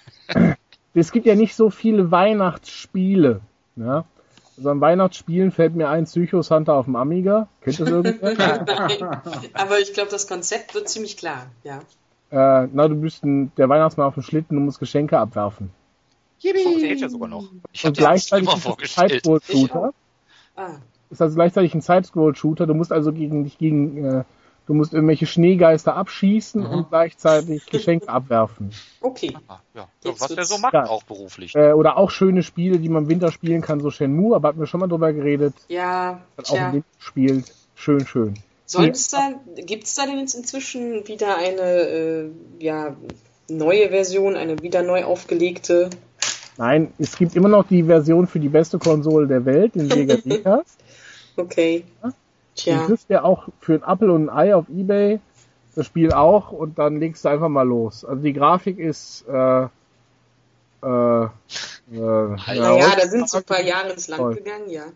[SPEAKER 1] es gibt ja nicht so viele Weihnachtsspiele. Ja? Also an Weihnachtsspielen fällt mir ein Psycho Santa auf dem Amiga. Kennt das irgendwer?
[SPEAKER 2] Nein. Aber ich glaube, das Konzept wird ziemlich klar, ja.
[SPEAKER 1] äh, na, du bist ein, der Weihnachtsmann auf dem Schlitten und musst Geschenke abwerfen.
[SPEAKER 4] Funktioniert ja sogar noch. Ich habe
[SPEAKER 1] Und
[SPEAKER 4] dir das
[SPEAKER 1] gleichzeitig
[SPEAKER 4] immer
[SPEAKER 1] ist es ein
[SPEAKER 4] vorgestellt.
[SPEAKER 1] Side-Scroll-Shooter.
[SPEAKER 2] Ah,
[SPEAKER 1] Ist also gleichzeitig ein Side-Scroll-Shooter. Du musst also gegen dich gegen, äh, du musst irgendwelche Schneegeister abschießen
[SPEAKER 3] Mhm.
[SPEAKER 1] und gleichzeitig Geschenke abwerfen.
[SPEAKER 2] okay.
[SPEAKER 4] Ah, ja.
[SPEAKER 2] Jetzt
[SPEAKER 4] Was der
[SPEAKER 2] wird's-
[SPEAKER 4] so macht,
[SPEAKER 1] Ja.
[SPEAKER 4] auch beruflich.
[SPEAKER 1] Äh, oder auch schöne Spiele, die man im Winter spielen kann, so Shenmue, aber hatten wir schon mal drüber geredet.
[SPEAKER 2] Ja,
[SPEAKER 1] Hat auch im
[SPEAKER 2] tja.
[SPEAKER 1] Winter spielt. Schön, schön.
[SPEAKER 2] Soll's da, gibt's da denn jetzt inzwischen wieder eine äh, ja, neue Version, eine wieder neu aufgelegte?
[SPEAKER 1] Nein, es gibt immer noch die Version für die beste Konsole der Welt, den Sega Dreamcast.
[SPEAKER 2] Okay.
[SPEAKER 1] Den
[SPEAKER 2] Tja,
[SPEAKER 1] kriegst du ja auch für ein Apfel und ein Ei auf Ebay, das Spiel auch, und dann legst du einfach mal los. Also die Grafik ist äh, äh, äh,
[SPEAKER 2] naja, da sind so ein paar Jahre ins Land
[SPEAKER 1] Toll.
[SPEAKER 2] gegangen, ja.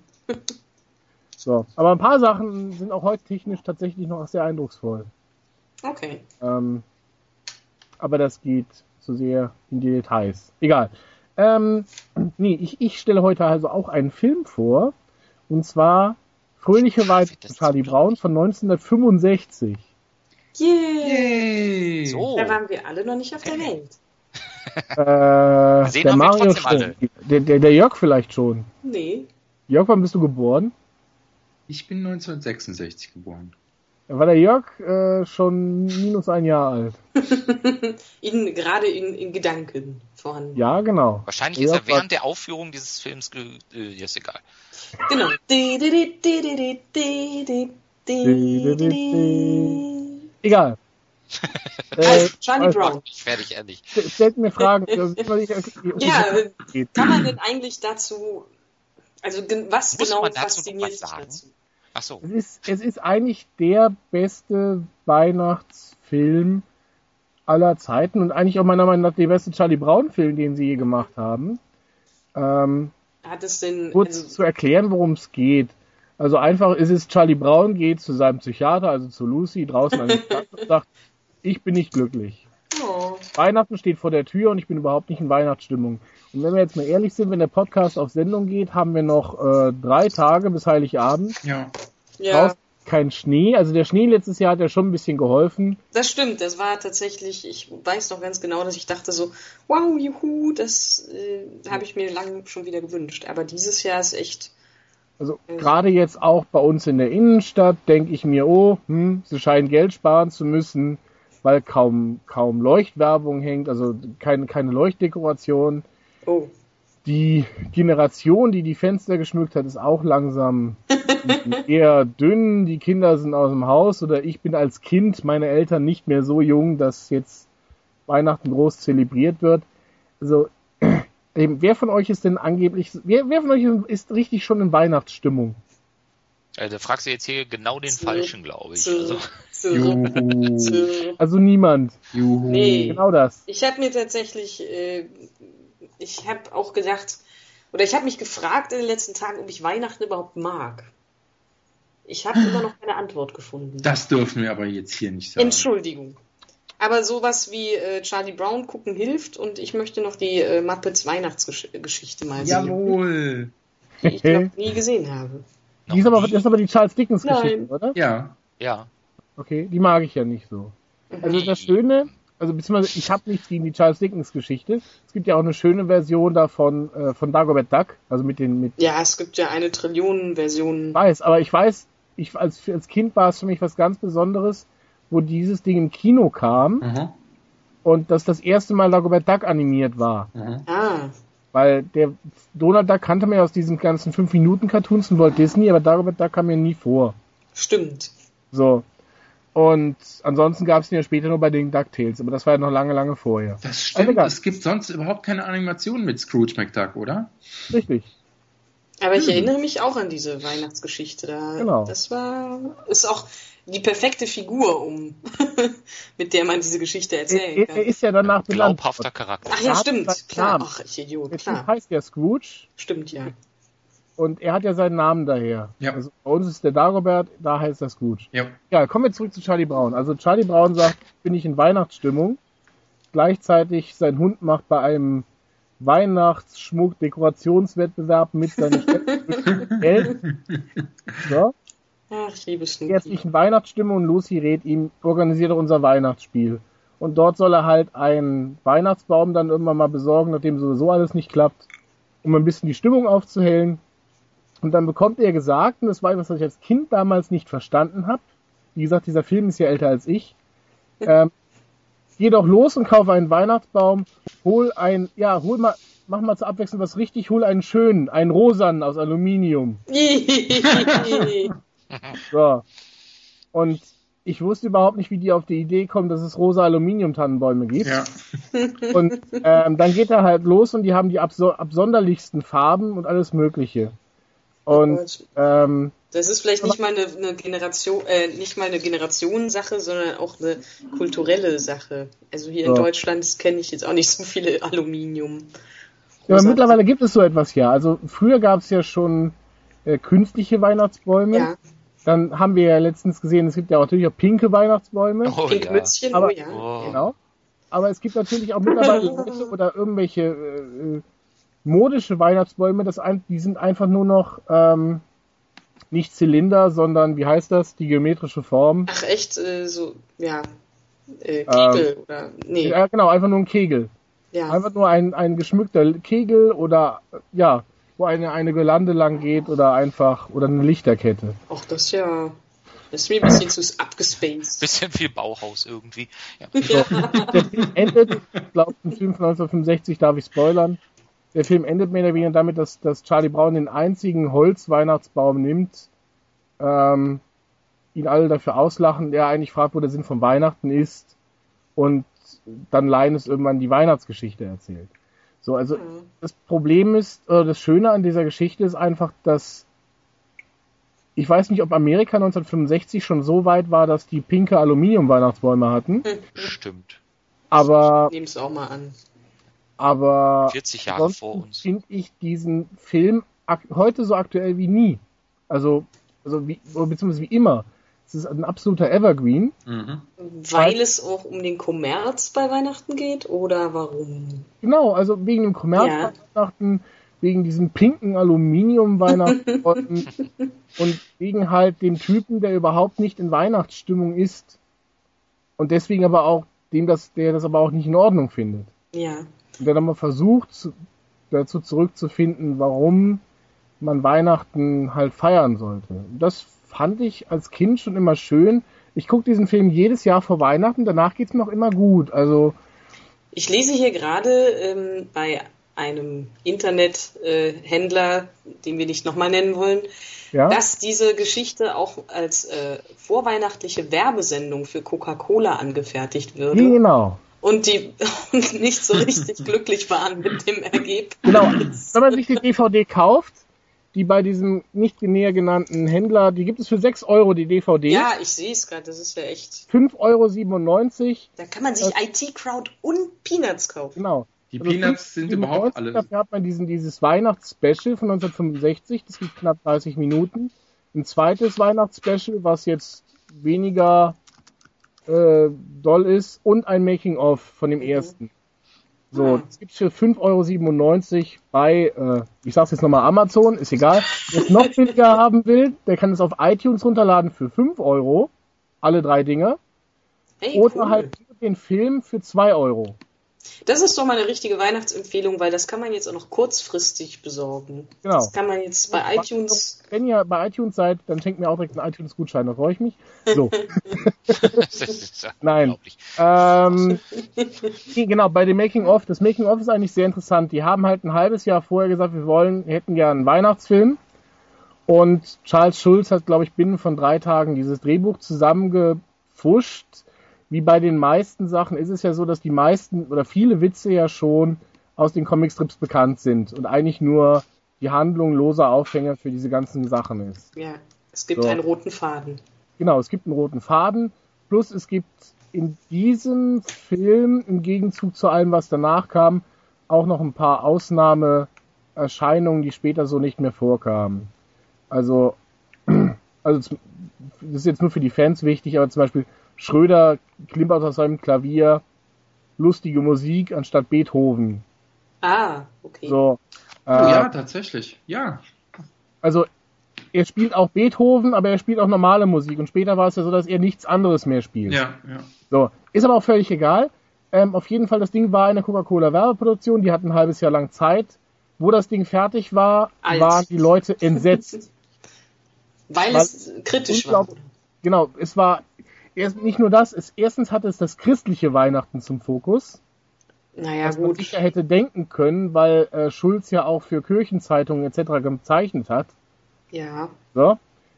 [SPEAKER 1] So. Aber ein paar Sachen sind auch heute technisch tatsächlich noch sehr eindrucksvoll.
[SPEAKER 2] Okay.
[SPEAKER 1] Ähm, aber das geht zu sehr in die Details. Egal. Ähm, nee, ich, ich stelle heute also auch einen Film vor. Und zwar Fröhliche Weihnachten
[SPEAKER 4] Das
[SPEAKER 1] von Charlie
[SPEAKER 4] ist
[SPEAKER 1] Brown von neunzehnhundertfünfundsechzig.
[SPEAKER 2] Yeah.
[SPEAKER 3] Yay!
[SPEAKER 4] So.
[SPEAKER 2] Da waren wir alle noch nicht auf der Welt.
[SPEAKER 1] Äh,
[SPEAKER 4] Gesehen
[SPEAKER 1] der
[SPEAKER 4] haben wir
[SPEAKER 1] Mario
[SPEAKER 4] trotzdem
[SPEAKER 1] schon.
[SPEAKER 4] alle.
[SPEAKER 1] Der, der, der Jörg vielleicht schon.
[SPEAKER 2] Nee.
[SPEAKER 1] Jörg, wann bist du geboren?
[SPEAKER 3] Ich bin neunzehnhundertsechsundsechzig geboren.
[SPEAKER 1] Da war der Jörg äh, schon minus ein Jahr alt.
[SPEAKER 2] in, gerade in, in Gedanken vorhanden.
[SPEAKER 1] Ja, genau.
[SPEAKER 4] Wahrscheinlich
[SPEAKER 1] der
[SPEAKER 4] ist
[SPEAKER 1] Jörg
[SPEAKER 4] er während der Aufführung dieses Films, ge äh, ist egal.
[SPEAKER 2] Genau.
[SPEAKER 1] Egal.
[SPEAKER 2] Also,
[SPEAKER 1] Äh,
[SPEAKER 2] Charlie
[SPEAKER 1] also,
[SPEAKER 2] Brown.
[SPEAKER 4] Fertig, ehrlich.
[SPEAKER 1] Stellt mir Fragen. äh,
[SPEAKER 2] Ja, kann man denn eigentlich dazu, also ge- was
[SPEAKER 4] Muss
[SPEAKER 2] genau
[SPEAKER 4] man dazu noch
[SPEAKER 2] fasziniert
[SPEAKER 4] was
[SPEAKER 2] dich
[SPEAKER 4] sagen?
[SPEAKER 2] dazu?
[SPEAKER 4] Ach so.
[SPEAKER 1] Es ist, es ist eigentlich der beste Weihnachtsfilm aller Zeiten und eigentlich auch meiner Meinung nach der beste Charlie Brown-Film, den sie je gemacht haben. Ähm,
[SPEAKER 2] Hat es denn,
[SPEAKER 1] kurz
[SPEAKER 2] also,
[SPEAKER 1] zu erklären, worum es geht. Also einfach ist es, Charlie Brown geht zu seinem Psychiater, also zu Lucy, draußen an der Stadt und sagt, ich bin nicht glücklich.
[SPEAKER 2] oh,
[SPEAKER 1] Weihnachten steht vor der Tür und ich bin überhaupt nicht in Weihnachtsstimmung. Und wenn wir jetzt mal ehrlich sind, wenn der Podcast auf Sendung geht, haben wir noch äh, drei Tage bis Heiligabend.
[SPEAKER 3] Ja.
[SPEAKER 2] ja,
[SPEAKER 1] Draußen kein Schnee. Also der Schnee letztes Jahr hat ja schon ein bisschen geholfen.
[SPEAKER 2] das stimmt, das war tatsächlich, ich weiß noch ganz genau, dass ich dachte so, wow, juhu, das äh, habe ich mir lange schon wieder gewünscht. Aber dieses Jahr ist echt,
[SPEAKER 1] Also gerade jetzt auch bei uns in der Innenstadt denke ich mir, oh, hm, sie scheinen Geld sparen zu müssen, weil kaum kaum Leuchtwerbung hängt, also keine keine Leuchtdekoration.
[SPEAKER 2] oh,
[SPEAKER 1] Die Generation, die die Fenster geschmückt hat, ist auch langsam eher dünn. Die Kinder sind aus dem Haus oder ich bin als Kind, meine Eltern nicht mehr so jung, dass jetzt Weihnachten groß zelebriert wird. Also eben, wer von euch ist denn angeblich, wer, wer von euch ist richtig schon in Weihnachtsstimmung?
[SPEAKER 4] Äh, da fragst du jetzt hier genau den
[SPEAKER 2] Zu-
[SPEAKER 4] Falschen, glaube ich.
[SPEAKER 2] zu,
[SPEAKER 4] Also,
[SPEAKER 2] zu,
[SPEAKER 3] Juhu.
[SPEAKER 2] zu.
[SPEAKER 1] Also niemand.
[SPEAKER 3] Juhu.
[SPEAKER 2] Nee.
[SPEAKER 1] Genau das.
[SPEAKER 2] Ich habe mir tatsächlich, äh, ich habe auch gedacht, oder ich habe mich gefragt in den letzten Tagen, ob ich Weihnachten überhaupt mag. Ich habe immer noch keine Antwort gefunden.
[SPEAKER 3] Das dürfen wir aber jetzt hier nicht sagen.
[SPEAKER 2] Entschuldigung. Aber sowas wie äh, Charlie Brown gucken hilft und ich möchte noch die äh, Muppets Weihnachtsgeschichte mal sehen,
[SPEAKER 3] Jawohl.
[SPEAKER 2] die ich noch nie gesehen habe.
[SPEAKER 1] Die ist aber,
[SPEAKER 4] noch
[SPEAKER 1] das
[SPEAKER 4] nie?
[SPEAKER 1] ist aber die Charles Dickens Geschichte,
[SPEAKER 2] Nein.
[SPEAKER 1] oder?
[SPEAKER 3] Ja.
[SPEAKER 4] Ja.
[SPEAKER 1] Okay, die mag ich ja nicht so. Also das Schöne, also beziehungsweise ich habe nichts gegen die Charles Dickens Geschichte. Es gibt ja auch eine schöne Version davon äh, von Dagobert Duck, also mit den mit
[SPEAKER 2] Ja, es gibt ja eine Trillion Version.
[SPEAKER 1] weiß, aber ich weiß, ich als als Kind war es für mich was ganz Besonderes, wo dieses Ding im Kino kam
[SPEAKER 3] Mhm.
[SPEAKER 1] und dass das erste Mal Dagobert Duck animiert war,
[SPEAKER 3] Mhm.
[SPEAKER 2] Ah,
[SPEAKER 1] weil der Donald Duck kannte man ja aus diesen ganzen fünf Minuten Cartoons von Walt Disney, aber Dagobert Duck kam mir nie vor.
[SPEAKER 2] stimmt.
[SPEAKER 1] So. Und ansonsten gab es den ja später nur bei den DuckTales, aber das war ja noch lange, lange vorher.
[SPEAKER 3] Das
[SPEAKER 1] Also
[SPEAKER 3] stimmt.
[SPEAKER 1] egal.
[SPEAKER 3] Es gibt sonst überhaupt keine Animation mit Scrooge McDuck, oder?
[SPEAKER 1] Richtig.
[SPEAKER 2] Aber ich erinnere mich auch an diese Weihnachtsgeschichte. Da,
[SPEAKER 1] Genau.
[SPEAKER 2] Das war, ist auch die perfekte Figur, um mit der man diese Geschichte erzählen
[SPEAKER 1] Er,
[SPEAKER 2] kann.
[SPEAKER 1] er ist ja danach benannt.
[SPEAKER 4] Glaubhafter Charakter.
[SPEAKER 2] Ach ja,
[SPEAKER 1] Er hat
[SPEAKER 2] stimmt.
[SPEAKER 1] seinen
[SPEAKER 2] Klar.
[SPEAKER 1] Namen.
[SPEAKER 2] Ach, ich Idiot.
[SPEAKER 1] Der Typ
[SPEAKER 2] Klar.
[SPEAKER 1] heißt ja Scrooge
[SPEAKER 2] Stimmt, ja.
[SPEAKER 1] und er hat ja seinen Namen daher.
[SPEAKER 3] Ja.
[SPEAKER 1] Also bei uns ist der Dagobert, da heißt er Scrooge.
[SPEAKER 3] Ja.
[SPEAKER 1] Ja, kommen wir zurück zu Charlie Brown. Also Charlie Brown sagt, bin ich in Weihnachtsstimmung. Gleichzeitig sein Hund macht bei einem Weihnachtsschmuck-Dekorationswettbewerb mit seinen Städten Geld. So.
[SPEAKER 2] Ach, ich liebe Snoopy.
[SPEAKER 1] Jetzt nicht in Weihnachtsstimmung und Lucy rät ihm, organisiert doch unser Weihnachtsspiel. Und dort soll er halt einen Weihnachtsbaum dann irgendwann mal besorgen, nachdem sowieso alles nicht klappt, um ein bisschen die Stimmung aufzuhellen. Und dann bekommt er gesagt, und das war etwas, was ich als Kind damals nicht verstanden habe, wie gesagt, dieser Film ist ja älter als ich, ähm, geh doch los und kauf einen Weihnachtsbaum, hol ein, ja, hol mal, mach mal zur Abwechslung was richtig, hol einen schönen, einen rosanen aus Aluminium. So. Und ich wusste überhaupt nicht, wie die auf die Idee kommen, dass es rosa Aluminium-Tannenbäume gibt.
[SPEAKER 3] Ja.
[SPEAKER 1] Und ähm, dann geht er halt los und die haben die abso- absonderlichsten Farben und alles Mögliche. Und ähm,
[SPEAKER 2] Das ist vielleicht nicht mal eine, eine Generation, äh, nicht mal eine Generationensache, sondern auch eine kulturelle Sache. Also hier in
[SPEAKER 1] Ja.
[SPEAKER 2] Deutschland kenne ich jetzt auch nicht so viele Aluminium.
[SPEAKER 1] ja, aber mittlerweile gibt es so etwas ja. Also früher gab es ja schon äh, künstliche Weihnachtsbäume.
[SPEAKER 2] Ja,
[SPEAKER 1] Dann haben wir ja letztens gesehen, es gibt ja auch natürlich auch pinke Weihnachtsbäume.
[SPEAKER 4] Oh,
[SPEAKER 2] Pink
[SPEAKER 4] ja.
[SPEAKER 2] Mützchen,
[SPEAKER 1] Aber-
[SPEAKER 2] oh ja.
[SPEAKER 4] Oh.
[SPEAKER 1] Genau. Aber es gibt natürlich auch mittlerweile Leute oder irgendwelche äh, äh, modische Weihnachtsbäume, das ein, die sind einfach nur noch ähm, nicht Zylinder, sondern wie heißt das? Die geometrische Form.
[SPEAKER 2] Ach echt, äh, so, ja, äh, Kegel oder, nee,
[SPEAKER 1] Ja, genau, einfach nur ein Kegel.
[SPEAKER 2] ja.
[SPEAKER 1] Einfach nur ein, ein geschmückter Kegel oder äh, ja, wo eine, eine Girlande lang geht oder einfach, oder eine Lichterkette.
[SPEAKER 2] Ach, das ist ja, das ist mir ein bisschen zu abgespaced.
[SPEAKER 4] Bisschen viel Bauhaus irgendwie. Ja.
[SPEAKER 1] So, der Film endet, ich glaube, ein Film von neunzehnhundertfünfundsechzig, darf ich spoilern. Der Film endet mehr oder weniger damit, dass, dass Charlie Brown den einzigen Holzweihnachtsbaum nimmt, ähm, ihn alle dafür auslachen, der eigentlich fragt, wo der Sinn von Weihnachten ist, und dann Linus irgendwann die Weihnachtsgeschichte erzählt. So, also mhm. das Problem ist, oder das Schöne an dieser Geschichte ist einfach, dass ich weiß nicht, ob Amerika neunzehnhundertfünfundsechzig schon so weit war, dass die pinke Aluminium-Weihnachtsbäume hatten.
[SPEAKER 4] Stimmt.
[SPEAKER 1] Aber
[SPEAKER 2] ich nehme es auch mal an.
[SPEAKER 1] Aber
[SPEAKER 4] vierzig Jahre vor uns.
[SPEAKER 1] Finde ich diesen Film ak- heute so aktuell wie nie. Also, also wie, beziehungsweise wie immer. Es ist ein absoluter Evergreen.
[SPEAKER 3] Mhm.
[SPEAKER 2] Weil es auch um den Kommerz bei Weihnachten geht, oder warum?
[SPEAKER 1] Genau, also wegen dem Kommerz
[SPEAKER 2] Ja.
[SPEAKER 1] bei Weihnachten, wegen diesen pinken Aluminium-Weihnachten und wegen halt dem Typen, der überhaupt nicht in Weihnachtsstimmung ist und deswegen aber auch dem, das, der das aber auch nicht in Ordnung findet.
[SPEAKER 2] Ja.
[SPEAKER 1] Und der dann mal versucht, zu, dazu zurückzufinden, warum man Weihnachten halt feiern sollte. Das fand ich als Kind schon immer schön. Ich gucke diesen Film jedes Jahr vor Weihnachten, danach geht's mir auch immer gut. Also
[SPEAKER 2] ich lese hier gerade ähm, bei einem Internethändler, äh, den wir nicht nochmal nennen wollen,
[SPEAKER 1] ja?
[SPEAKER 2] dass diese Geschichte auch als äh, vorweihnachtliche Werbesendung für Coca-Cola angefertigt würde.
[SPEAKER 1] Genau.
[SPEAKER 2] Und die nicht so richtig glücklich waren mit dem Ergebnis.
[SPEAKER 1] Genau. Wenn man sich die D V D kauft, die bei diesem nicht näher genannten Händler, die gibt es für sechs Euro, die D V D.
[SPEAKER 2] Ja, ich sehe es gerade, das ist ja echt.
[SPEAKER 1] fünf Euro siebenundneunzig.
[SPEAKER 2] Da kann man sich I T-Crowd und Peanuts kaufen.
[SPEAKER 1] Genau.
[SPEAKER 3] Die
[SPEAKER 1] Also
[SPEAKER 3] Peanuts sind überhaupt alle.
[SPEAKER 1] Dafür hat man diesen, dieses Weihnachtsspecial von neunzehnhundertfünfundsechzig, das geht knapp dreißig Minuten. Ein zweites Weihnachtsspecial, was jetzt weniger äh, doll ist, und ein Making-of von dem ersten. So,
[SPEAKER 2] Ah.
[SPEAKER 1] das gibt's für fünf Euro siebenundneunzig bei, äh, ich sag's jetzt nochmal, Amazon, ist egal. Wer es noch billiger haben will, der kann es auf iTunes runterladen für fünf Euro, alle drei Dinge.
[SPEAKER 2] Hey,
[SPEAKER 1] Oder
[SPEAKER 2] cool.
[SPEAKER 1] halt den Film für zwei Euro.
[SPEAKER 2] Das ist doch mal eine richtige Weihnachtsempfehlung, weil das kann man jetzt auch noch kurzfristig besorgen.
[SPEAKER 1] Genau.
[SPEAKER 2] Das kann man jetzt bei iTunes...
[SPEAKER 1] Wenn ihr bei iTunes seid, dann schenkt mir auch direkt einen iTunes-Gutschein, da freue ich mich. So.
[SPEAKER 4] Das ist ja
[SPEAKER 1] Nein.
[SPEAKER 4] unglaublich.
[SPEAKER 1] Ähm, nee, genau, bei dem Making-of, das Making-of ist eigentlich sehr interessant. Die haben halt ein halbes Jahr vorher gesagt, wir wollen, wir hätten gerne einen Weihnachtsfilm. Und Charles Schulz hat, glaube ich, binnen von drei Tagen dieses Drehbuch zusammengepfuscht. Wie bei den meisten Sachen ist es ja so, dass die meisten oder viele Witze ja schon aus den Comicstrips bekannt sind und eigentlich nur die Handlung loser Aufhänger für diese ganzen Sachen ist.
[SPEAKER 2] Ja, es gibt
[SPEAKER 1] So.
[SPEAKER 2] einen roten Faden.
[SPEAKER 1] Genau, es gibt einen roten Faden, plus es gibt in diesem Film, im Gegenzug zu allem, was danach kam, auch noch ein paar Ausnahmeerscheinungen, die später so nicht mehr vorkamen. Also, also das ist jetzt nur für die Fans wichtig, aber zum Beispiel Schröder klimpert aus seinem Klavier lustige Musik anstatt Beethoven.
[SPEAKER 2] Ah, okay.
[SPEAKER 1] So,
[SPEAKER 3] Oh
[SPEAKER 1] äh,
[SPEAKER 3] ja, tatsächlich. Ja.
[SPEAKER 1] Also er spielt auch Beethoven, aber er spielt auch normale Musik. Und später war es ja so, dass er nichts anderes mehr spielt.
[SPEAKER 3] Ja, ja.
[SPEAKER 1] So, ist aber auch völlig egal. Ähm, auf jeden Fall, das Ding war eine Coca-Cola-Werbeproduktion. Die hatten ein halbes Jahr lang Zeit. Wo das Ding fertig war,
[SPEAKER 2] Alt.
[SPEAKER 1] waren die Leute entsetzt.
[SPEAKER 2] Weil,
[SPEAKER 1] Weil
[SPEAKER 2] es kritisch war.
[SPEAKER 1] unglaublich- Genau, es war erst nicht nur das. Es, erstens hatte es das christliche Weihnachten zum Fokus.
[SPEAKER 2] Naja,
[SPEAKER 1] was man
[SPEAKER 2] gut.
[SPEAKER 1] sicher hätte denken können, weil äh, Schulz ja auch für Kirchenzeitungen et cetera gezeichnet hat.
[SPEAKER 2] Ja.
[SPEAKER 1] So.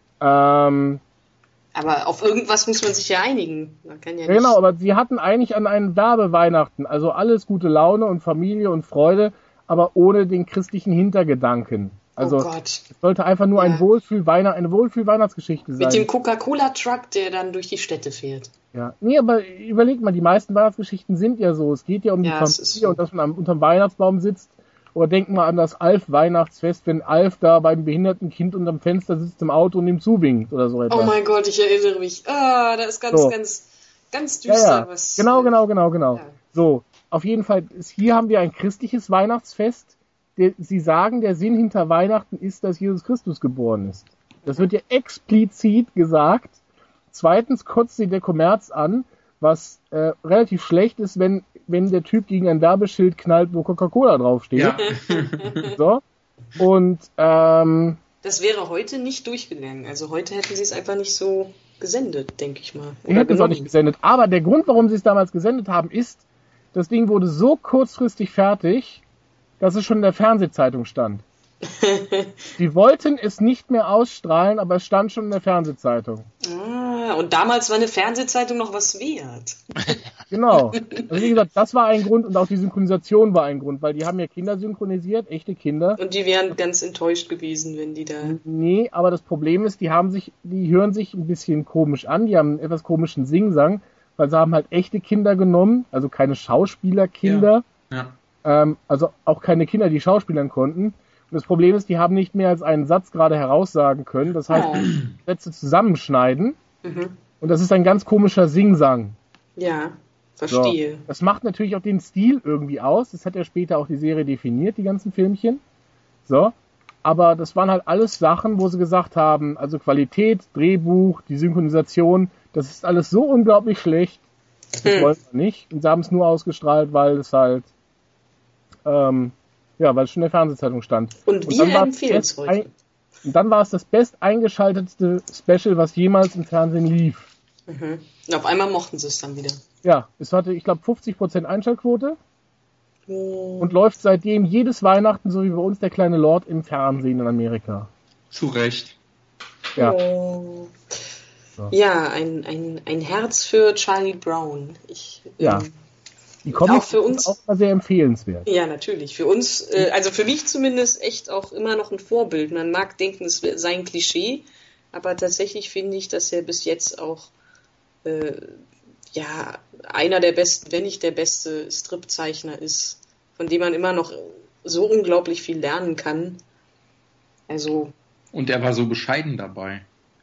[SPEAKER 1] Ähm,
[SPEAKER 2] Aber auf irgendwas muss man sich ja einigen. Man kann ja
[SPEAKER 1] ja, genau,
[SPEAKER 2] nicht...
[SPEAKER 1] aber sie hatten eigentlich an einen Werbeweihnachten, also alles gute Laune und Familie und Freude, aber ohne den christlichen Hintergedanken. Also
[SPEAKER 2] oh Gott.
[SPEAKER 1] es sollte einfach nur
[SPEAKER 2] Ja.
[SPEAKER 1] ein Wohlfühl-Weihnacht, eine Wohlfühl-Weihnachtsgeschichte sein.
[SPEAKER 2] Mit dem Coca-Cola-Truck, der dann durch die Städte fährt.
[SPEAKER 1] Ja, nee, aber überleg mal, die meisten Weihnachtsgeschichten sind ja so. Es geht ja um die
[SPEAKER 2] Ja, es
[SPEAKER 1] Familie
[SPEAKER 2] ist so.
[SPEAKER 1] und dass man am, unterm Weihnachtsbaum sitzt. Oder denk mal an das Alf-Weihnachtsfest, wenn Alf da beim behinderten Kind unterm Fenster sitzt im Auto und ihm zuwinkt oder so etwas.
[SPEAKER 2] Oh mein Gott, ich erinnere mich. Ah, da ist ganz,
[SPEAKER 1] So.
[SPEAKER 2] ganz, ganz
[SPEAKER 1] ja,
[SPEAKER 2] düster
[SPEAKER 1] ja.
[SPEAKER 2] was.
[SPEAKER 1] Genau, genau, genau, genau.
[SPEAKER 2] Ja.
[SPEAKER 1] So, auf jeden Fall, ist, hier haben wir ein christliches Weihnachtsfest. Der, sie sagen, der Sinn hinter Weihnachten ist, dass Jesus Christus geboren ist. Das wird ja explizit gesagt. Zweitens kotzt sie der Kommerz an, was äh, relativ schlecht ist, wenn, wenn der Typ gegen ein Werbeschild knallt, wo Coca-Cola draufsteht.
[SPEAKER 3] Ja.
[SPEAKER 1] So. Und ähm,
[SPEAKER 2] das wäre heute nicht durchgegangen. Also heute hätten sie es einfach nicht so gesendet, denke ich mal.
[SPEAKER 1] Die hätten es auch nicht gesendet. Aber der Grund, warum sie es damals gesendet haben, ist, das Ding wurde so kurzfristig fertig, dass es schon in der Fernsehzeitung stand. Die wollten es nicht mehr ausstrahlen, aber es stand schon in der Fernsehzeitung.
[SPEAKER 2] Ah, und damals war eine Fernsehzeitung noch was wert.
[SPEAKER 1] Genau. Also wie gesagt, das war ein Grund und auch die Synchronisation war ein Grund, weil die haben ja Kinder synchronisiert, echte Kinder.
[SPEAKER 2] Und die wären ganz enttäuscht gewesen, wenn die da...
[SPEAKER 1] Nee, aber das Problem ist, die haben sich, die hören sich ein bisschen komisch an, die haben einen etwas komischen Singsang, weil sie haben halt echte Kinder genommen, also keine Schauspielerkinder,
[SPEAKER 3] Ja.
[SPEAKER 1] ja. ähm, also auch keine Kinder, die schauspielern konnten. Und das Problem ist, die haben nicht mehr als einen Satz gerade heraussagen können. Das heißt,
[SPEAKER 2] Oh.
[SPEAKER 1] die Sätze zusammenschneiden.
[SPEAKER 2] Mhm.
[SPEAKER 1] Und das ist ein ganz komischer Singsang.
[SPEAKER 2] Ja, verstehe.
[SPEAKER 1] So. Das macht natürlich auch den Stil irgendwie aus. Das hat ja später auch die Serie definiert, die ganzen Filmchen. So. Aber das waren halt alles Sachen, wo sie gesagt haben, also Qualität, Drehbuch, die Synchronisation, das ist alles so unglaublich schlecht. Das
[SPEAKER 2] Hm.
[SPEAKER 1] wollen wir nicht. Und sie haben es nur ausgestrahlt, weil es halt, ähm, ja, weil es schon in der Fernsehzeitung stand.
[SPEAKER 2] Und
[SPEAKER 1] Und
[SPEAKER 2] wir
[SPEAKER 1] dann war
[SPEAKER 2] empfehlen es
[SPEAKER 1] best
[SPEAKER 2] heute.
[SPEAKER 1] ein- Und dann war es das best eingeschaltetste Special, was jemals im Fernsehen lief.
[SPEAKER 2] Mhm. Und auf einmal mochten sie es dann wieder.
[SPEAKER 1] Ja, es hatte, ich glaube, fünfzig Prozent Einschaltquote
[SPEAKER 2] Oh.
[SPEAKER 1] und läuft seitdem jedes Weihnachten, so wie bei uns der kleine Lord, im Fernsehen in Amerika.
[SPEAKER 3] Zu Recht.
[SPEAKER 1] Ja.
[SPEAKER 2] Oh.
[SPEAKER 1] So.
[SPEAKER 2] Ja, ein, ein, ein Herz für Charlie Brown. Ich,
[SPEAKER 1] Ja.
[SPEAKER 2] ähm,
[SPEAKER 1] Die Comics
[SPEAKER 2] Auch für uns-
[SPEAKER 1] sind auch mal sehr empfehlenswert.
[SPEAKER 2] ja, natürlich. Für uns, äh, also für mich zumindest, echt auch immer noch ein Vorbild. Man mag denken, es sei ein Klischee, aber tatsächlich finde ich, dass er bis jetzt auch äh, ja einer der besten, wenn nicht der beste Stripzeichner ist, von dem man immer noch so unglaublich viel lernen kann. Also,
[SPEAKER 3] Und er war so bescheiden dabei.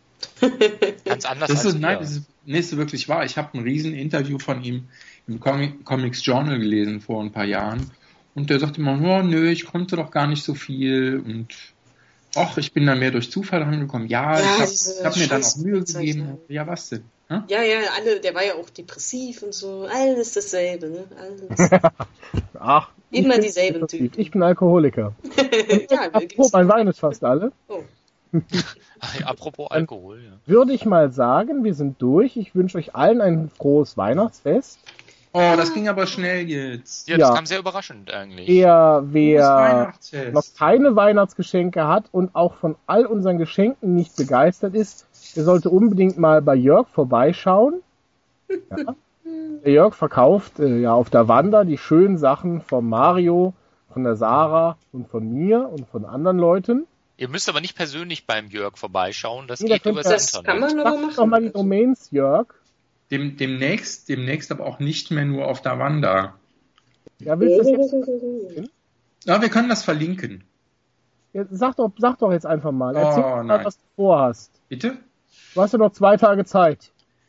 [SPEAKER 4] Ganz anders
[SPEAKER 3] Das
[SPEAKER 4] als
[SPEAKER 3] ist, nein,
[SPEAKER 4] wir.
[SPEAKER 3] das ist, nee, das ist wirklich wahr. Ich habe ein riesen Interview von ihm im Comic, Comics Journal gelesen vor ein paar Jahren. Und der sagte immer, oh, nö, ich konnte doch gar nicht so viel. Und ach, ich bin da mehr durch Zufall rangekommen. Ja,
[SPEAKER 2] Ja,
[SPEAKER 3] ich habe
[SPEAKER 2] diese
[SPEAKER 3] hab mir dann auch
[SPEAKER 2] scheiß
[SPEAKER 3] Mühe
[SPEAKER 2] Zeichner.
[SPEAKER 3] gegeben. Ja, was denn? Hä?
[SPEAKER 2] ja, ja, alle, der war ja auch depressiv und so, alles dasselbe, ne? Alles.
[SPEAKER 1] Ach, ich
[SPEAKER 2] Immer
[SPEAKER 1] bin
[SPEAKER 2] dieselben
[SPEAKER 1] depressiv.
[SPEAKER 2] Typen.
[SPEAKER 1] Ich bin Alkoholiker.
[SPEAKER 2] ja,
[SPEAKER 1] Apropos, mein Wein ist fast alle.
[SPEAKER 2] Oh.
[SPEAKER 4] Apropos Alkohol, ja.
[SPEAKER 1] Würde ich mal sagen, wir sind durch. Ich wünsche euch allen ein frohes Weihnachtsfest.
[SPEAKER 3] Oh, das ging aber schnell jetzt.
[SPEAKER 4] Ja, das
[SPEAKER 1] Ja.
[SPEAKER 4] kam sehr überraschend eigentlich.
[SPEAKER 1] Wer,
[SPEAKER 3] Das
[SPEAKER 1] wer
[SPEAKER 3] Weihnachtsfest.
[SPEAKER 1] noch keine Weihnachtsgeschenke hat und auch von all unseren Geschenken nicht begeistert ist, der sollte unbedingt mal bei Jörg vorbeischauen. Ja. Der Jörg verkauft äh, ja auf der Wanda die schönen Sachen von Mario, von der Sarah und von mir und von anderen Leuten.
[SPEAKER 4] Ihr müsst aber nicht persönlich beim Jörg vorbeischauen, das
[SPEAKER 1] Nee, da
[SPEAKER 4] geht
[SPEAKER 1] könnt
[SPEAKER 4] übers
[SPEAKER 1] ihr-
[SPEAKER 2] Das
[SPEAKER 4] Internet.
[SPEAKER 2] kann man aber
[SPEAKER 1] Sag
[SPEAKER 2] machen.
[SPEAKER 1] doch mal die Domains, Jörg.
[SPEAKER 3] Dem, demnächst, demnächst aber auch nicht mehr nur auf der Wanda.
[SPEAKER 1] Ja, willst du das jetzt?
[SPEAKER 3] Ja, wir können das verlinken.
[SPEAKER 1] Ja, sag doch, sag doch jetzt einfach mal. Erzähl
[SPEAKER 3] Oh,
[SPEAKER 1] mal,
[SPEAKER 3] nein.
[SPEAKER 1] was du vorhast.
[SPEAKER 3] Bitte?
[SPEAKER 1] Du hast ja noch zwei Tage Zeit.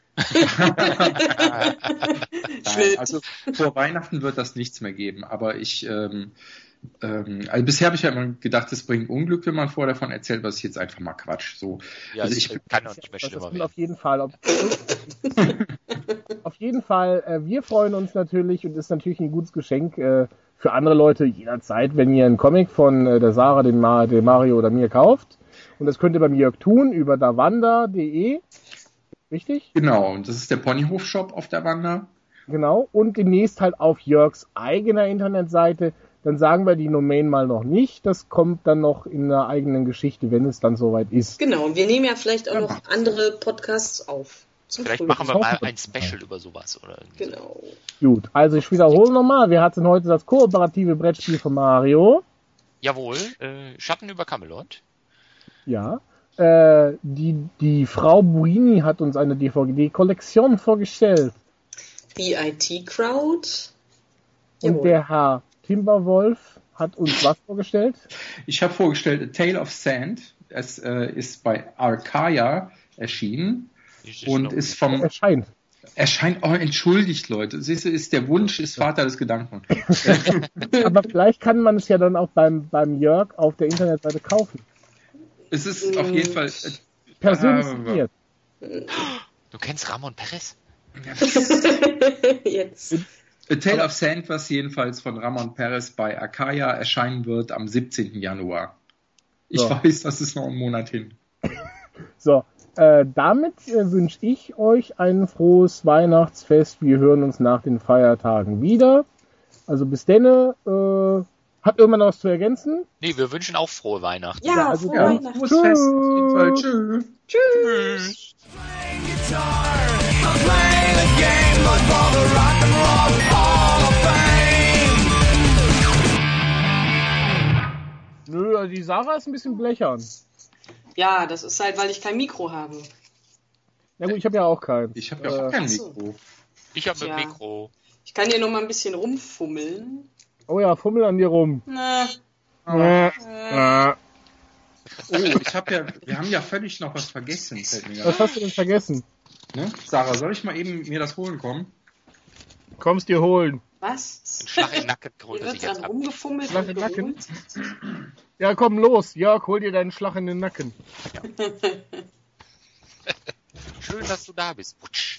[SPEAKER 3] Nein,
[SPEAKER 2] Schnitt.
[SPEAKER 3] also vor Weihnachten wird das nichts mehr geben. Aber ich, ähm, ähm, also bisher habe ich ja immer gedacht, es bringt Unglück, wenn man vorher davon erzählt, was ist jetzt einfach mal Quatsch. So.
[SPEAKER 4] Ja,
[SPEAKER 3] Also
[SPEAKER 4] es
[SPEAKER 3] ich-
[SPEAKER 4] kann doch nicht mehr
[SPEAKER 1] Das
[SPEAKER 4] schlimmer
[SPEAKER 1] kommt
[SPEAKER 4] werden.
[SPEAKER 1] auf jeden Fall. Auf, auf jeden Fall, äh, wir freuen uns natürlich und ist natürlich ein gutes Geschenk äh, für andere Leute jederzeit, wenn ihr einen Comic von äh, der Sarah, dem, Ma dem Mario oder mir kauft. Und das könnt ihr beim Jörg tun über davanda punkt de. Richtig?
[SPEAKER 3] Genau, und das ist der Ponyhof-Shop auf der Wanda.
[SPEAKER 1] Genau. Und demnächst halt auf Jörgs eigener Internetseite. Dann sagen wir die Domain mal noch nicht. Das kommt dann noch in einer eigenen Geschichte, wenn es dann soweit ist.
[SPEAKER 2] Genau, und wir nehmen ja vielleicht auch
[SPEAKER 3] Ja.
[SPEAKER 2] noch andere Podcasts auf. Zum
[SPEAKER 4] Vielleicht
[SPEAKER 2] Frühling.
[SPEAKER 4] machen wir
[SPEAKER 1] Ich
[SPEAKER 4] mal
[SPEAKER 1] hoffe,
[SPEAKER 4] ein Special über sowas oder irgendwie.
[SPEAKER 2] Genau.
[SPEAKER 1] Gut. Also ich wiederhole nochmal. Wir hatten heute das kooperative Brettspiel von Mario.
[SPEAKER 4] Jawohl, äh, Schatten über Camelot.
[SPEAKER 1] Ja. Äh, die, die Frau Burini hat uns eine D V D-Kollektion vorgestellt.
[SPEAKER 2] B I T Crowd.
[SPEAKER 1] Und
[SPEAKER 2] Jawohl.
[SPEAKER 1] der Herr Timberwolf hat uns was vorgestellt?
[SPEAKER 3] Ich habe vorgestellt A Tale of Sand. Es äh, ist bei Archaia erschienen
[SPEAKER 4] Ich- ich
[SPEAKER 3] und
[SPEAKER 4] glaub,
[SPEAKER 3] ist vom
[SPEAKER 1] Erscheint.
[SPEAKER 3] erscheint. Oh, entschuldigt Leute. Siehst du, ist der Wunsch ist Vater des Gedanken.
[SPEAKER 1] Aber vielleicht kann man es ja dann auch beim, beim Jörg auf der Internetseite kaufen.
[SPEAKER 3] Es ist auf jeden Fall. Äh,
[SPEAKER 1] Persönlich
[SPEAKER 3] Ah,
[SPEAKER 1] signiert.
[SPEAKER 4] Du kennst Ramon Perez?
[SPEAKER 2] Jetzt.
[SPEAKER 3] A Tale of Sand, was jedenfalls von Ramon Perez bei Akaya erscheinen wird am siebzehnten Januar. Ich
[SPEAKER 1] So.
[SPEAKER 3] weiß, das ist noch ein Monat hin.
[SPEAKER 1] So, äh, damit äh, wünsche ich euch ein frohes Weihnachtsfest. Wir hören uns nach den Feiertagen wieder. Also bis denne. Äh, habt irgendwann noch was zu ergänzen?
[SPEAKER 4] Nee, wir wünschen auch frohe Weihnachten.
[SPEAKER 2] Ja,
[SPEAKER 1] Ja, also
[SPEAKER 2] frohe
[SPEAKER 1] dann-
[SPEAKER 2] Weihnachten.
[SPEAKER 3] Frohes
[SPEAKER 1] Tschüss.
[SPEAKER 3] Fest. Auf jeden Fall. Tschüss.
[SPEAKER 2] Tschüss.
[SPEAKER 5] Playing guitar, I'm playing a game, but for the rock and roll Hall of Fame.
[SPEAKER 1] Nö, also die Sarah ist ein bisschen blechern.
[SPEAKER 2] Ja, das ist halt, weil ich kein Mikro habe.
[SPEAKER 1] Na gut, ich habe ja auch keins.
[SPEAKER 3] Ich habe ja auch
[SPEAKER 1] Äh,
[SPEAKER 3] kein
[SPEAKER 2] ach so.
[SPEAKER 3] Mikro.
[SPEAKER 4] Ich habe
[SPEAKER 2] Tja.
[SPEAKER 4] ein Mikro.
[SPEAKER 2] Ich kann hier noch mal ein bisschen rumfummeln.
[SPEAKER 1] Oh ja, fummel an dir rum.
[SPEAKER 2] Na,
[SPEAKER 1] Äh,
[SPEAKER 2] äh,
[SPEAKER 1] äh.
[SPEAKER 3] Oh, ich habe ja, wir haben ja völlig noch was vergessen. Fällt mir
[SPEAKER 1] Was
[SPEAKER 3] gerade.
[SPEAKER 1] hast du denn vergessen?
[SPEAKER 3] Ne? Sarah, soll ich mal eben mir das holen kommen?
[SPEAKER 1] Kommst dir holen.
[SPEAKER 2] was?
[SPEAKER 4] Ein Schlag in den Nacken
[SPEAKER 2] Hier
[SPEAKER 4] holt er
[SPEAKER 2] wird
[SPEAKER 4] sich jetzt
[SPEAKER 2] dran
[SPEAKER 4] ab.
[SPEAKER 2] rumgefummelt
[SPEAKER 1] Schlag
[SPEAKER 2] und
[SPEAKER 1] in den Nacken.
[SPEAKER 2] geholt.
[SPEAKER 1] Ja, komm los. Jörg, hol dir deinen Schlag in den Nacken.
[SPEAKER 4] Schön, dass du da bist. Putsch.